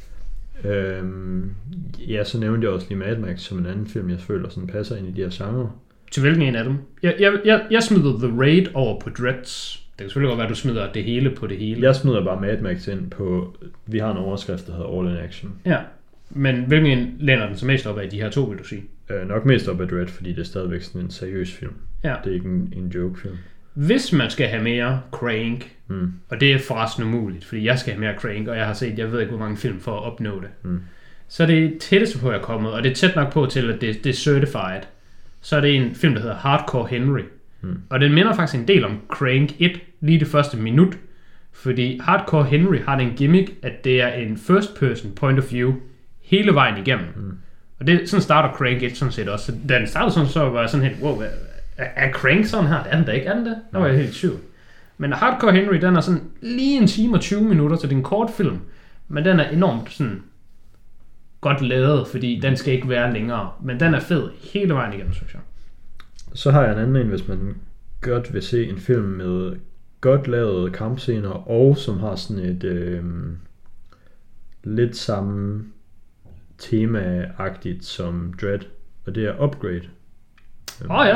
Ja, så nævnte jeg også lige Mad Max som en anden film, jeg føler sådan passer ind i de her genrer. Til hvilken en af dem? Jeg smider The Raid over på Dreads. Det kan selvfølgelig godt være, at du smider det hele på det hele. Jeg smider bare Mad Max ind på, vi har en overskrift, der hedder All in Action. Ja, men hvilken en lænder den så mest op af de her 2, vil du sige? Nok mest op af Dredd, fordi det er stadigvæk sådan en seriøs film. Ja. Det er ikke en joke-film. Hvis man skal have mere Crank, og det er forresten umuligt, fordi jeg skal have mere Crank, og jeg har set, jeg ved ikke, hvor mange film for at opnå det. Så det er tætteste på, at jeg er kommet, og det er tæt nok på til, at det er certified. Så er det en film, der hedder Hardcore Henry. Og den minder faktisk en del om Crank 1, lige det første minut. Fordi Hardcore Henry har den gimmick, at det er en first person point of view hele vejen igennem. Og det sådan starter Crank 1 sådan set også. Så da den startede sådan, så var jeg sådan helt, wow, er Crank sådan her? Det er den da ikke, er den det? Der var jeg helt syv. Men Hardcore Henry, den er sådan lige 1 time og 20 minutter, så det er en kort film. Men den er enormt sådan godt lavet, fordi den skal ikke være længere. Men den er fed hele vejen igennem, synes jeg. Så har jeg en anden en, hvis man godt vil se en film med godt lavede kampscener, og som har sådan et lidt samme tema-agtigt som Dredd, og det er Upgrade. Ja,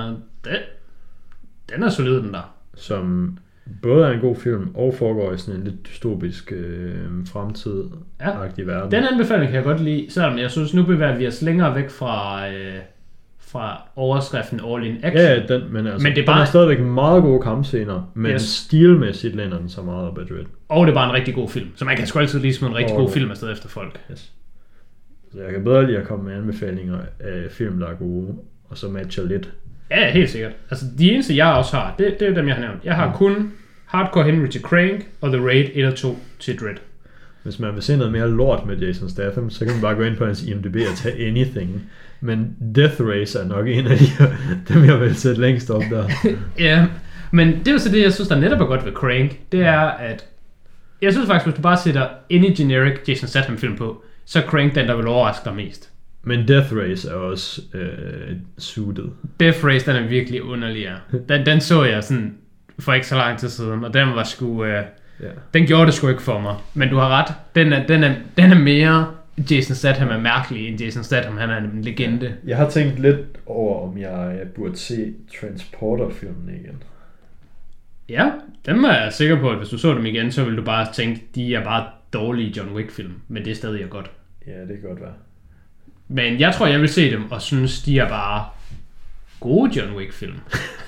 den er solid, den der. Som både er en god film, og foregår i sådan en lidt dystopisk fremtid-agtig verden. Den anbefaling kan jeg godt lide, selvom jeg synes, nu bevæger vi os længere væk fra overskriften All in Action. Ja, men det er bare... den er stadigvæk meget gode kampscener, men stilmæssigt lænder den så meget op ad Dredd. Og det er bare en rigtig god film, så man kan sgu altid lige smide en rigtig god film afsted efter folk. Yes. Så jeg kan bedre lide at komme med anbefalinger af film, der er gode, og så matcher lidt. Ja, helt sikkert. Altså de eneste jeg også har, det er dem jeg har nævnt. Jeg har kun Hardcore Henry til Crank, og The Raid 1 og 2 til Dredd. Hvis man vil se noget mere lort med Jason Statham, så kan man bare gå ind på hans IMDb og tage Anything. Men Death Race er nok en af dem, jeg vil sætte længst op der. Ja, men det er jo så det, jeg synes, der netop er godt ved Crank. Det er, at jeg synes faktisk, hvis du bare sætter any generic Jason Statham film på, så er Crank den, der vil overraske dig mest. Men Death Race er også suited. Death Race, den er virkelig underlig. Den så jeg sådan for ikke så lang tid siden, og den var sgu... Den gjorde det sgu ikke for mig. Men du har ret. Den er mere... Jason Statham er mærkelig, end Jason Statham, han er en legende. Jeg har tænkt lidt over, om jeg burde se Transporter-filmen igen. Ja, dem er jeg sikker på, at hvis du så dem igen, så ville du bare tænke, de er bare dårlige John Wick-film, men det er stadig godt. Ja, det kan godt være. Men jeg tror, jeg vil se dem og synes, de er bare gode John Wick-film.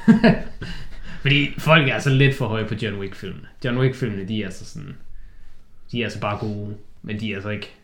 Fordi folk er altså lidt for høje på John Wick-filmene. John Wick-filmene, de er altså sådan... De er altså bare gode, men de er altså ikke...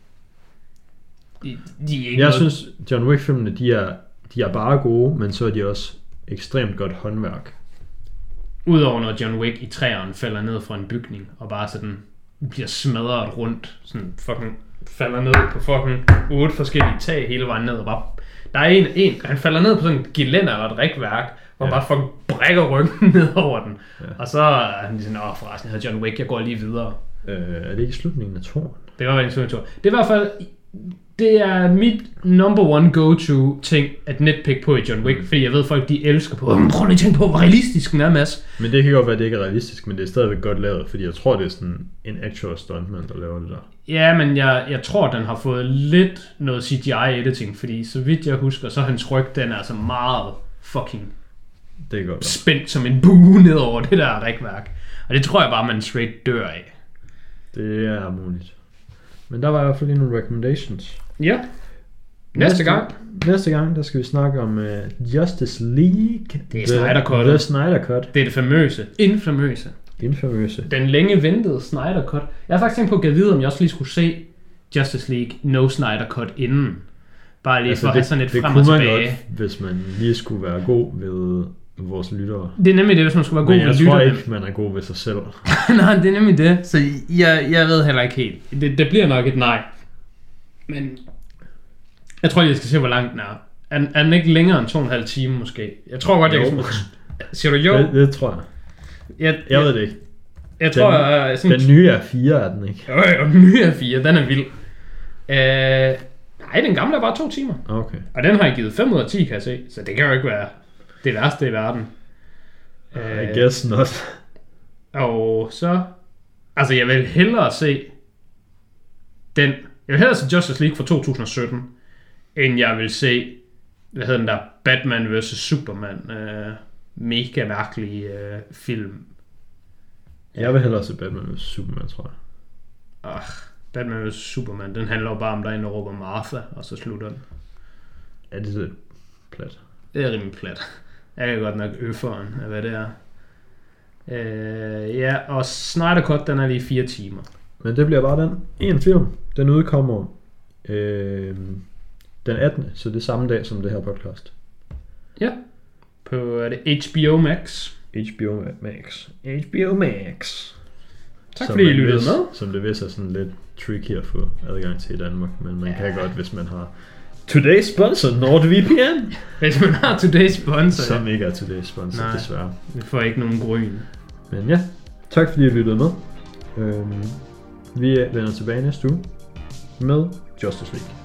De er ikke jeg synes, John Wick-filmene, de er bare gode, men så er de også ekstremt godt håndværk. Udover når John Wick i 3'eren falder ned fra en bygning, og bare sådan bliver smadret rundt, sådan fucking falder ned på fucking 8 forskellige tag hele vejen ned, og bare... Der er han falder ned på sådan et gelænder eller et rækværk, og bare fucking brækker ryggen ned over den. Ja. Og så er han sådan, forresten, jeg hedder John Wick, jeg går lige videre. Er det ikke slutningen af toren? Det var i slutningen af toren. Det er i hvert fald... Det er mit number one go-to ting at nitpick på i John Wick, fordi jeg ved folk de elsker på. Prøv lige at tænke på hvor realistisk den er, Mads. Men det kan godt være at det ikke er realistisk, men det er stadigvæk godt lavet, fordi jeg tror det er sådan en actual stuntman der laver det der. Ja, men jeg tror den har fået lidt noget CGI editing, fordi så vidt jeg husker, så hans ryg den er altså meget fucking det er godt spændt som en bue ned over det der rækværk. Og det tror jeg bare man straight dør af. Det er muligt. Men der var i hvert fald lige nogle recommendations. Ja. Næste gang, der skal vi snakke om Justice League. Det er Snyder Cut. The Snyder Cut. Det er det famøse. Infamøse. Den længe ventede Snyder Cut. Jeg har faktisk tænkt på at vide, om jeg også lige skulle se Justice League No Snyder Cut inden. Bare lige altså for at have sådan lidt frem og tilbage. Det kunne man godt, hvis man lige skulle være god ved vores lyttere. Det er nemlig det, hvis man skulle være god ved lytterne. Men jeg tror ikke, man er god ved sig selv. Nej, det er nemlig det. Så jeg ved heller ikke helt. Det bliver nok et nej. Men jeg tror, jeg skal se, hvor lang den er. Er den ikke længere end 2,5 timer måske? Jeg tror godt, jeg kan... Siger du jo? Det tror jeg. Jeg ved det ikke. Jeg tror, den nye er 4, er den ikke? Jo, den nye er 4. Den er vild. Nej, den gamle er bare 2 timer. Okay. Og den har jeg givet 5 ud af 10, kan jeg se. Så det kan jo ikke være det værste i verden. I guess not. Og så... Altså, jeg vil hellere se den... Jeg vil hellere se Justice League fra 2017, end jeg vil se, hvad hedder den der, Batman vs. Superman, mega mærkelig film. Jeg vil hellere se Batman vs. Superman, tror jeg. Batman vs. Superman, den handler jo bare om, der er en, der råber Martha, og så slutter den. Ja, det er lidt plat. Det er rimelig plat. Jeg kan godt nok øfferen af, hvad det er. Ja, og Snyder Cut, den er lige 4 timer. Men det bliver bare den. En film. Den udkommer den 18. Så det er samme dag som det her podcast. Ja. På er det HBO Max. HBO Max. Tak fordi I lyttede med. Som det vist er sådan lidt tricky at få adgang til i Danmark. Men man kan godt, hvis man har Today's sponsor, NordVPN. Hvis man har Today's sponsor. Som ikke er Today's sponsor, desværre. Vi får ikke nogen grøn. Men ja, tak fordi I lyttede med. Vi vender tilbage næste uge med Justice League.